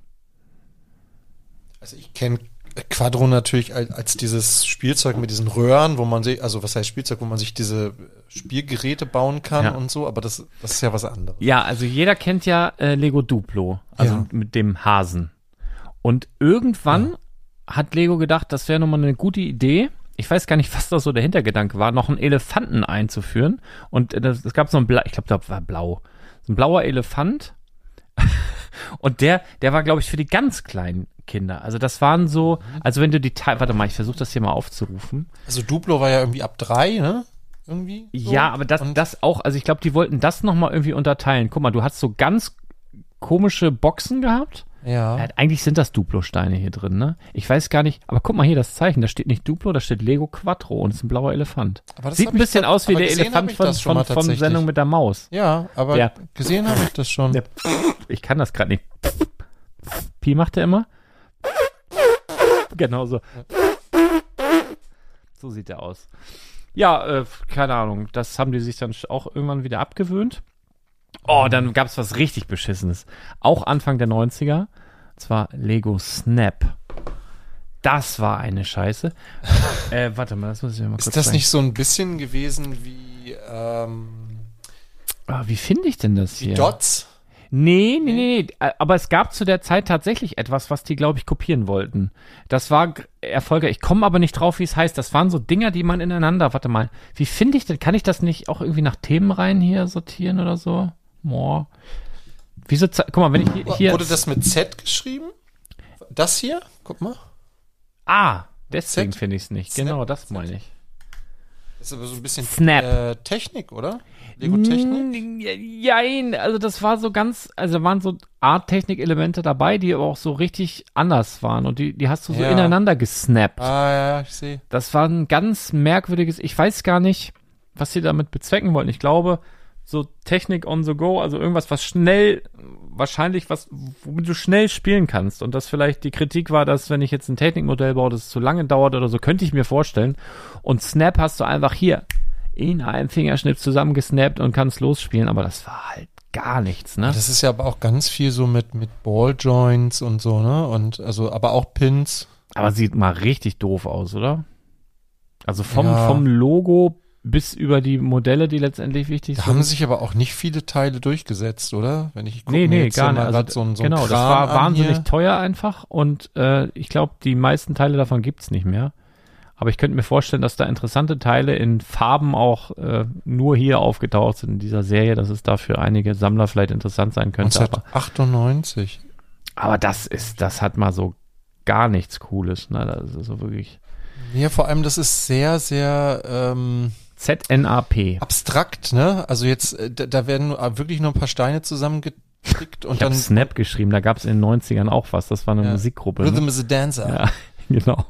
Also ich kenne Quattro natürlich als dieses Spielzeug mit diesen Röhren, wo man sich, also was heißt Spielzeug, wo man sich diese Spielgeräte bauen kann und so, aber das ist ja was anderes. Ja,
also jeder kennt ja Lego Duplo, also mit dem Hasen. Und irgendwann hat Lego gedacht, das wäre nochmal eine gute Idee. Ich weiß gar nicht, was da so der Hintergedanke war, noch einen Elefanten einzuführen. Und es gab so ich glaube, das war blau. So ein blauer Elefant. Und der war, glaube ich, für die ganz kleinen Kinder. Also das waren so, also wenn du warte mal, ich versuche das hier mal aufzurufen.
Also Duplo war ja irgendwie ab 3, ne? Irgendwie. So.
Ja, aber das auch, also ich glaube, die wollten das nochmal irgendwie unterteilen. Guck mal, du hast so ganz komische Boxen gehabt.
Ja.
Eigentlich sind das Duplo-Steine hier drin, ne? Ich weiß gar nicht, aber guck mal hier das Zeichen, da steht nicht Duplo, da steht Lego Quattro und es ist ein blauer Elefant.
Aber das
Sieht
hab
ein
ich
bisschen
grad-
aus wie
aber
der
gesehen
Elefant
hab ich das schon mal
von
tatsächlich.
Sendung mit der Maus.
Ja, aber
Ja.
gesehen habe ich das schon.
Der Ich kann das gerade nicht. Pi macht er immer. Genau so. So sieht er aus. Ja, keine Ahnung. Das haben die sich dann auch irgendwann wieder abgewöhnt. Oh, dann gab es was richtig Beschissenes. Auch Anfang der 90er. Und zwar Lego Snap. Das war eine Scheiße. Warte mal, das muss ich mir mal kurz
Ist das
zeigen.
nicht so ein bisschen gewesen wie
Wie finde ich denn das hier?
Dots?
Nee. Aber es gab zu der Zeit tatsächlich etwas, was die, glaube ich, kopieren wollten. Das war erfolgreich. Ich komme aber nicht drauf, wie es heißt. Das waren so Dinger, die man ineinander. Warte mal. Wie finde ich denn? Kann ich das nicht auch irgendwie nach Themenreihen hier sortieren oder so? Boah. Wieso? Guck mal, wenn ich hier.
Wurde das mit Z geschrieben? Das hier? Guck mal.
Deswegen
Z?
finde ich es nicht.
Snap?
Genau, das meine ich.
Das ist aber so ein bisschen
Snap.
Technik, oder? Lego-Technik?
Jein, also das war so ganz, also waren so Art-Technik-Elemente dabei, die aber auch so richtig anders waren und die hast du so
Ja.
ineinander gesnappt.
Ja, ich sehe.
Das war ein ganz merkwürdiges, ich weiß gar nicht, was sie damit bezwecken wollten. Ich glaube, so Technik on the go, also irgendwas, was schnell, wahrscheinlich was, womit du schnell spielen kannst. Und das vielleicht die Kritik war, dass wenn ich jetzt ein Technikmodell baue, das zu lange dauert oder so, könnte ich mir vorstellen. Und Snap hast du einfach hier in einem Fingerschnipp zusammengesnappt und kannst losspielen, aber das war halt gar nichts, ne?
Das ist ja aber auch ganz viel so mit Balljoints und so, ne? Und also, aber auch Pins.
Aber sieht mal richtig doof aus, oder? Also vom
Ja.
Logo bis über die Modelle, die letztendlich wichtig
Da
sind.
haben sich aber auch nicht viele Teile durchgesetzt, oder? Wenn ich gucke
Nee,
mir jetzt
gar
hier
nicht.
mal
Also,
grad so ein
genau, das
Kran
war
an
wahnsinnig
hier.
teuer einfach und ich glaube, die meisten Teile davon gibt's nicht mehr. Aber ich könnte mir vorstellen, dass da interessante Teile in Farben auch nur hier aufgetaucht sind in dieser Serie, dass es da für einige Sammler vielleicht interessant sein könnte. Aber,
1998.
aber das hat mal so gar nichts Cooles, ne? Das ist so wirklich
Ja, vor allem, das ist sehr, sehr
ZNAP.
abstrakt, ne? Also jetzt, da werden wirklich nur ein paar Steine zusammengetickt und
Ich habe
dann
Snap geschrieben, da gab's in den 90ern auch was. Das war eine
Ja.
Musikgruppe.
Rhythm
Ne?
is a Dancer.
Ja, genau.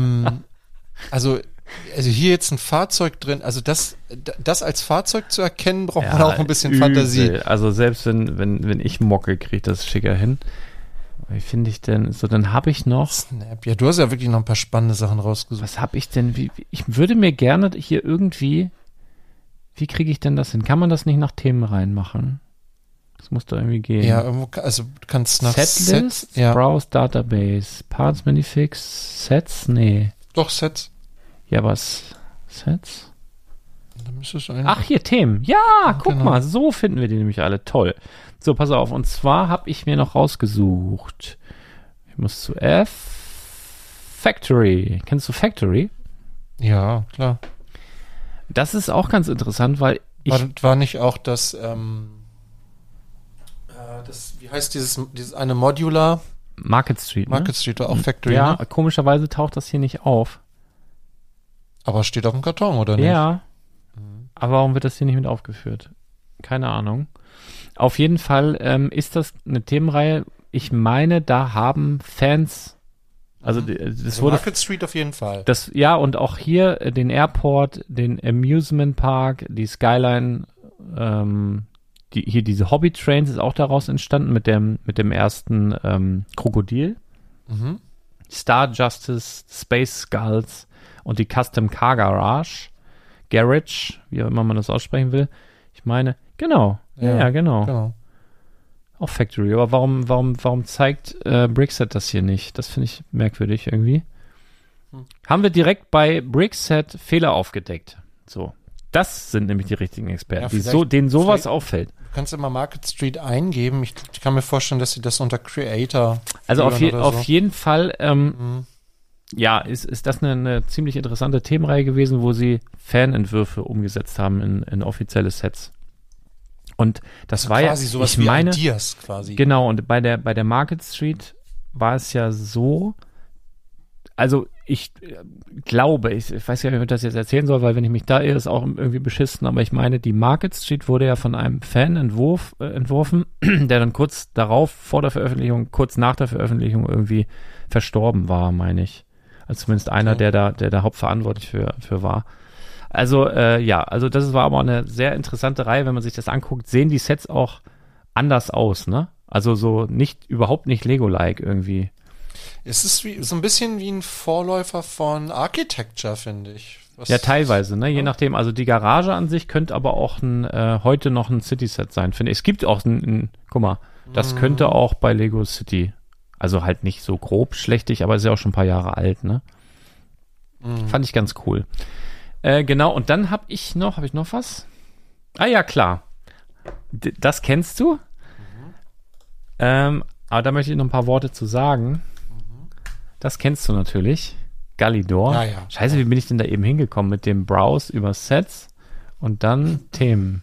Also hier jetzt ein Fahrzeug drin, also das als Fahrzeug zu erkennen, braucht man auch ein bisschen
übel.
Fantasie.
Also selbst wenn ich mocke, kriege ich das schicker hin. Wie finde ich denn? So, dann habe ich noch.
Snap. Ja, du hast ja wirklich noch ein paar spannende Sachen rausgesucht.
Was habe ich denn? Ich würde mir gerne hier irgendwie. Wie kriege ich denn das hin? Kann man das nicht nach Themen reinmachen? Das muss da irgendwie gehen.
Ja, also du kannst nach
Setlist,
ja,
Browse Database, Parts Minifix, Sets? Nee.
doch Sets.
Ja, was? Sets?
Da müsstest du eigentlich.
Ach, hier Themen. Ja, guck
genau.
mal, so finden wir die nämlich alle. Toll. So, pass auf. Und zwar habe ich mir noch rausgesucht. Ich muss zu F. Factory. Kennst du Factory?
Ja, klar.
Das ist auch ganz interessant, weil ich.
War nicht auch das, wie heißt dieses eine Modular?
Market Street. Ne?
Market Street war auch Factory,
Ja,
ne?
komischerweise taucht das hier nicht auf.
Aber steht auf dem Karton, oder nicht?
Ja. Aber warum wird das hier nicht mit aufgeführt? Keine Ahnung. Auf jeden Fall ist das eine Themenreihe. Ich meine, da haben Fans, also das
Also
wurde
Market Street auf jeden Fall.
das, ja, und auch hier den Airport, den Amusement Park, die Skyline, hier diese Hobby Trains ist auch daraus entstanden mit dem ersten Krokodil.
Mhm.
Star Justice, Space Skulls und die Custom Car Garage, wie auch immer man das aussprechen will. Ich meine, genau. Ja, genau.
Genau.
Auch Factory. Aber warum zeigt Brickset das hier nicht? Das finde ich merkwürdig irgendwie. Haben wir direkt bei Brickset Fehler aufgedeckt. So. Das sind nämlich die richtigen Experten,
Ja,
denen sowas
vielleicht-
auffällt.
Du kannst immer Market Street eingeben. Ich kann mir vorstellen, dass sie das unter Creator
Also auf
führen oder so.
jeden Fall, ja, ist das eine ziemlich interessante Themenreihe gewesen, wo sie Fanentwürfe umgesetzt haben in offizielle Sets. Und das war ja,
quasi sowas
ich
wie
meine,
Ideas quasi.
genau, und bei der Market Street war es ja so, also ich glaube, ich weiß ja nicht, wie ich das jetzt erzählen soll, weil wenn ich mich da irre, ist auch irgendwie beschissen, aber ich meine, die Market Street wurde ja von einem Fan entworfen, der dann kurz darauf, vor der Veröffentlichung, kurz nach der Veröffentlichung irgendwie verstorben war, meine ich. Also zumindest einer, der da hauptverantwortlich für war. Also, also das war aber eine sehr interessante Reihe, wenn man sich das anguckt, sehen die Sets auch anders aus, ne? Also so überhaupt nicht Lego-like irgendwie.
Es ist so ein bisschen wie ein Vorläufer von Architecture, finde ich.
Ja, teilweise, ne? Je nachdem. Also die Garage an sich könnte aber auch heute noch ein City-Set sein, finde ich. Es gibt auch guck mal, das könnte auch bei Lego City, also halt nicht so grob schlechtig, aber ist ja auch schon ein paar Jahre alt, ne? Fand ich ganz cool. Genau, und dann habe ich noch was? Ah ja, klar. Das kennst du? Aber da möchte ich noch ein paar Worte zu sagen. Das kennst du natürlich. Galidor.
Ja, ja.
Scheiße, wie bin ich denn da eben hingekommen mit dem Browse über Sets und dann Themen.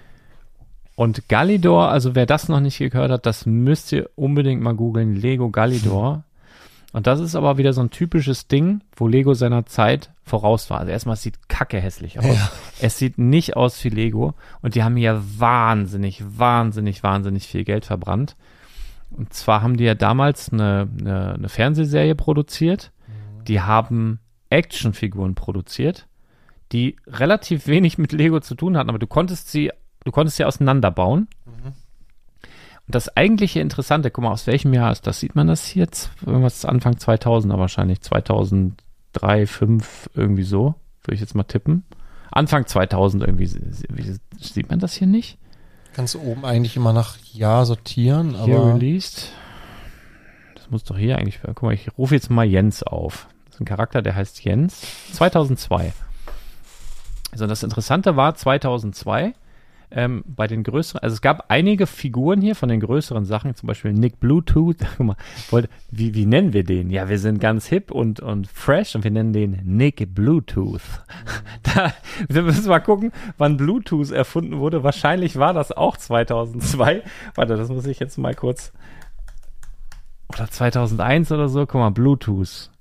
Und Galidor, also wer das noch nicht gehört hat, das müsst ihr unbedingt mal googeln. Lego Galidor. Und das ist aber wieder so ein typisches Ding, wo Lego seiner Zeit voraus war. Also erstmal, es sieht kacke hässlich aus. Ja. Es sieht nicht aus wie Lego. Und die haben hier wahnsinnig viel Geld verbrannt. Und zwar haben die ja damals eine Fernsehserie produziert. Die haben Actionfiguren produziert, die relativ wenig mit Lego zu tun hatten, aber du konntest sie auseinanderbauen. Und das eigentliche Interessante, guck mal, aus welchem Jahr ist das? Sieht man das hier? Irgendwas Anfang 2000er wahrscheinlich. 2003, 2005, irgendwie so. Würde ich jetzt mal tippen. Anfang 2000 irgendwie. Sieht man das hier nicht?
Kannst du oben eigentlich immer nach Jahr sortieren,
hier
aber...
released. Das muss doch hier eigentlich... Guck mal, ich rufe jetzt mal Jens auf. Das ist ein Charakter, der heißt Jens. 2002. Also das Interessante war 2002... bei den größeren, also es gab einige Figuren hier von den größeren Sachen, zum Beispiel Nick Bluetooth. Guck mal, wie nennen wir den? Ja, wir sind ganz hip und fresh und wir nennen den Nick Bluetooth. Wir müssen mal gucken, wann Bluetooth erfunden wurde. Wahrscheinlich war das auch 2002. Warte, das muss ich jetzt mal kurz. Oder 2001 oder so. Guck mal, Bluetooth.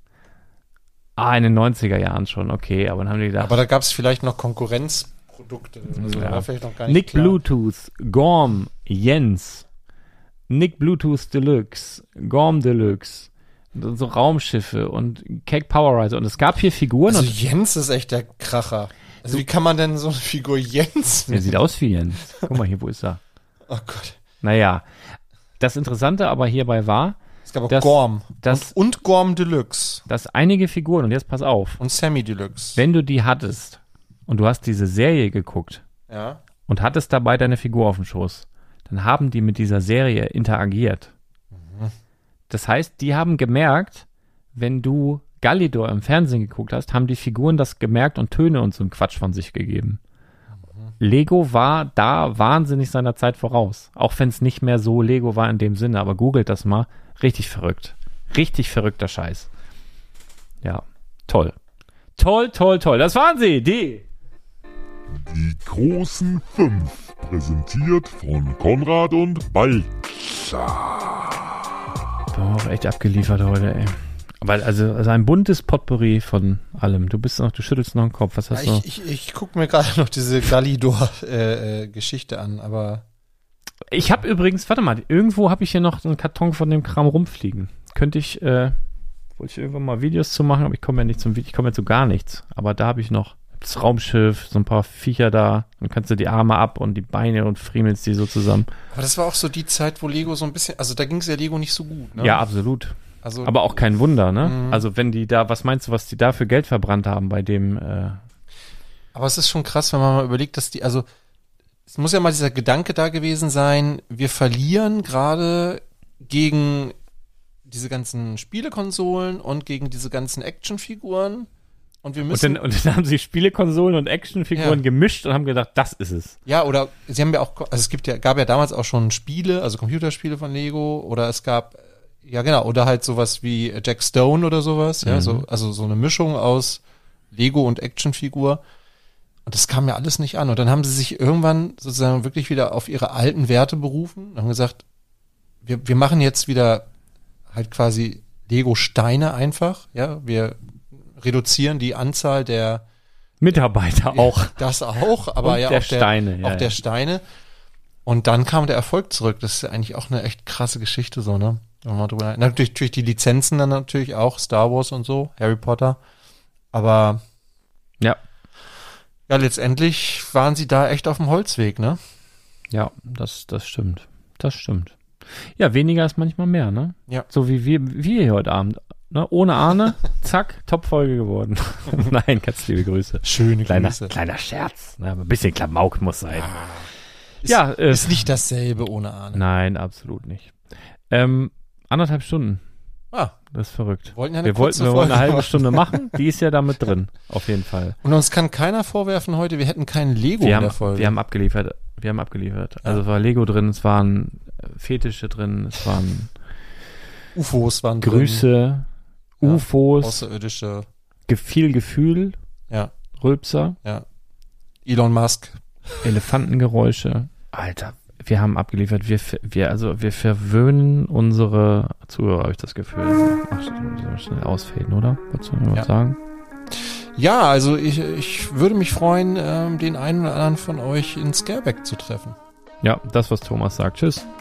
In den 90er Jahren schon, okay. Aber dann haben die gedacht.
Aber da gab es vielleicht noch Konkurrenzprodukte. Also
ja.
war vielleicht noch gar nicht
Nick
klar.
Bluetooth, Gorm, Jens, Nick Bluetooth Deluxe, Gorm Deluxe, so Raumschiffe und Cake Powerizer. Und es gab hier Figuren.
Also
und
Jens ist echt der Kracher. Also wie kann man denn so eine Figur Jens...
der sieht aus wie Jens. Guck mal hier, wo ist er?
Oh Gott.
Naja, das Interessante aber hierbei war,
Es gab auch
Das-
Gorm.
das-
Und Gorm Deluxe.
dass einige Figuren, und jetzt pass auf,
Und Sammy Deluxe.
wenn du die hattest und du hast diese Serie geguckt
Ja.
und hattest dabei deine Figur auf dem Schoß, dann haben die mit dieser Serie interagiert. Das heißt, die haben gemerkt, wenn du Galidor im Fernsehen geguckt hast, haben die Figuren das gemerkt und Töne und so einen Quatsch von sich gegeben. Lego war da wahnsinnig seiner Zeit voraus. Auch wenn es nicht mehr so Lego war in dem Sinne, aber googelt das mal. Richtig verrückt. Richtig verrückter Scheiß. Ja, toll. Toll, toll, toll. Das waren sie, die
großen 5, präsentiert von Konrad und Balzer.
Boah, auch echt abgeliefert heute, ey. Aber also ein buntes Potpourri von allem. Du schüttelst noch den Kopf. Was hast du?
Ich gucke mir gerade noch diese Galidor-Geschichte an, aber...
Ich habe übrigens, warte mal, irgendwo habe ich hier noch einen Karton von dem Kram rumfliegen. Wollte ich irgendwann mal Videos zu machen, aber ich komme ja nicht ich komme ja zu gar nichts. Aber da habe ich noch das Raumschiff, so ein paar Viecher da. Dann kannst du die Arme ab und die Beine und friemelst die so zusammen.
Aber das war auch so die Zeit, wo Lego so ein bisschen... Also da ging es ja Lego nicht so gut, ne?
Ja, absolut.
Also,
Aber auch kein Wunder, ne? Also wenn die da, was meinst du, was die da für Geld verbrannt haben bei dem...
aber es ist schon krass, wenn man mal überlegt, dass die... Also es muss ja mal dieser Gedanke da gewesen sein, wir verlieren gerade gegen diese ganzen Spielekonsolen und gegen diese ganzen Actionfiguren und wir müssen...
Und dann haben sie Spielekonsolen und Actionfiguren
Ja.
gemischt und haben gedacht, das ist es.
Ja, oder sie haben ja auch, also gab ja damals auch schon Spiele, also Computerspiele von Lego, oder es gab, ja genau, oder halt sowas wie Jack Stone oder sowas, ja, also so eine Mischung aus Lego und Actionfigur. Und das kam ja alles nicht an. Und dann haben sie sich irgendwann sozusagen wirklich wieder auf ihre alten Werte berufen und haben gesagt, wir machen jetzt wieder halt quasi Lego-Steine einfach, ja, wir reduzieren die Anzahl der
Mitarbeiter auch.
Das auch, aber
Und
ja
der
auch
Steine, ja,
der
ja.
Steine. Und dann kam der Erfolg zurück. Das ist ja eigentlich auch eine echt krasse Geschichte so, ne? Wenn man mal drüber natürlich die Lizenzen dann natürlich auch, Star Wars und so, Harry Potter. Aber
Ja.
ja, letztendlich waren sie da echt auf dem Holzweg, ne?
Ja, das stimmt. Das stimmt. Ja, weniger ist manchmal mehr, ne?
Ja.
So wie wir hier heute Abend. Ne? Ohne Arne, zack, Top-Folge geworden. Nein, ganz liebe Grüße.
Schöne
Kleiner Scherz. Ne? Aber ein bisschen Klamauk muss sein. Ja,
Ist nicht dasselbe ohne Arne.
Nein, absolut nicht. 1,5 Stunden.
Ah,
Das ist verrückt.
wollten ja
Wir wollten eine
Folge
halbe
machen.
Stunde machen. Die ist ja damit drin. Auf jeden Fall.
Und uns kann keiner vorwerfen heute, wir hätten kein Lego in der Folge.
Wir haben abgeliefert. Also es war Lego drin, es waren Fetische drin, es waren
UFOs waren drin.
Grüße,
Ja,
UFOs,
Außerirdische.
viel Gefühl,
Ja,
Rülpser,
ja. Elon Musk.
Elefantengeräusche. Alter, wir haben abgeliefert. Wir verwöhnen unsere Zuhörer, habe ich das Gefühl. Ach, so schnell ausfaden, oder? Wolltest du noch was sagen?
Ja, also ich würde mich freuen, den einen oder anderen von euch in Scareback zu treffen.
Ja, das, was Thomas sagt. Tschüss.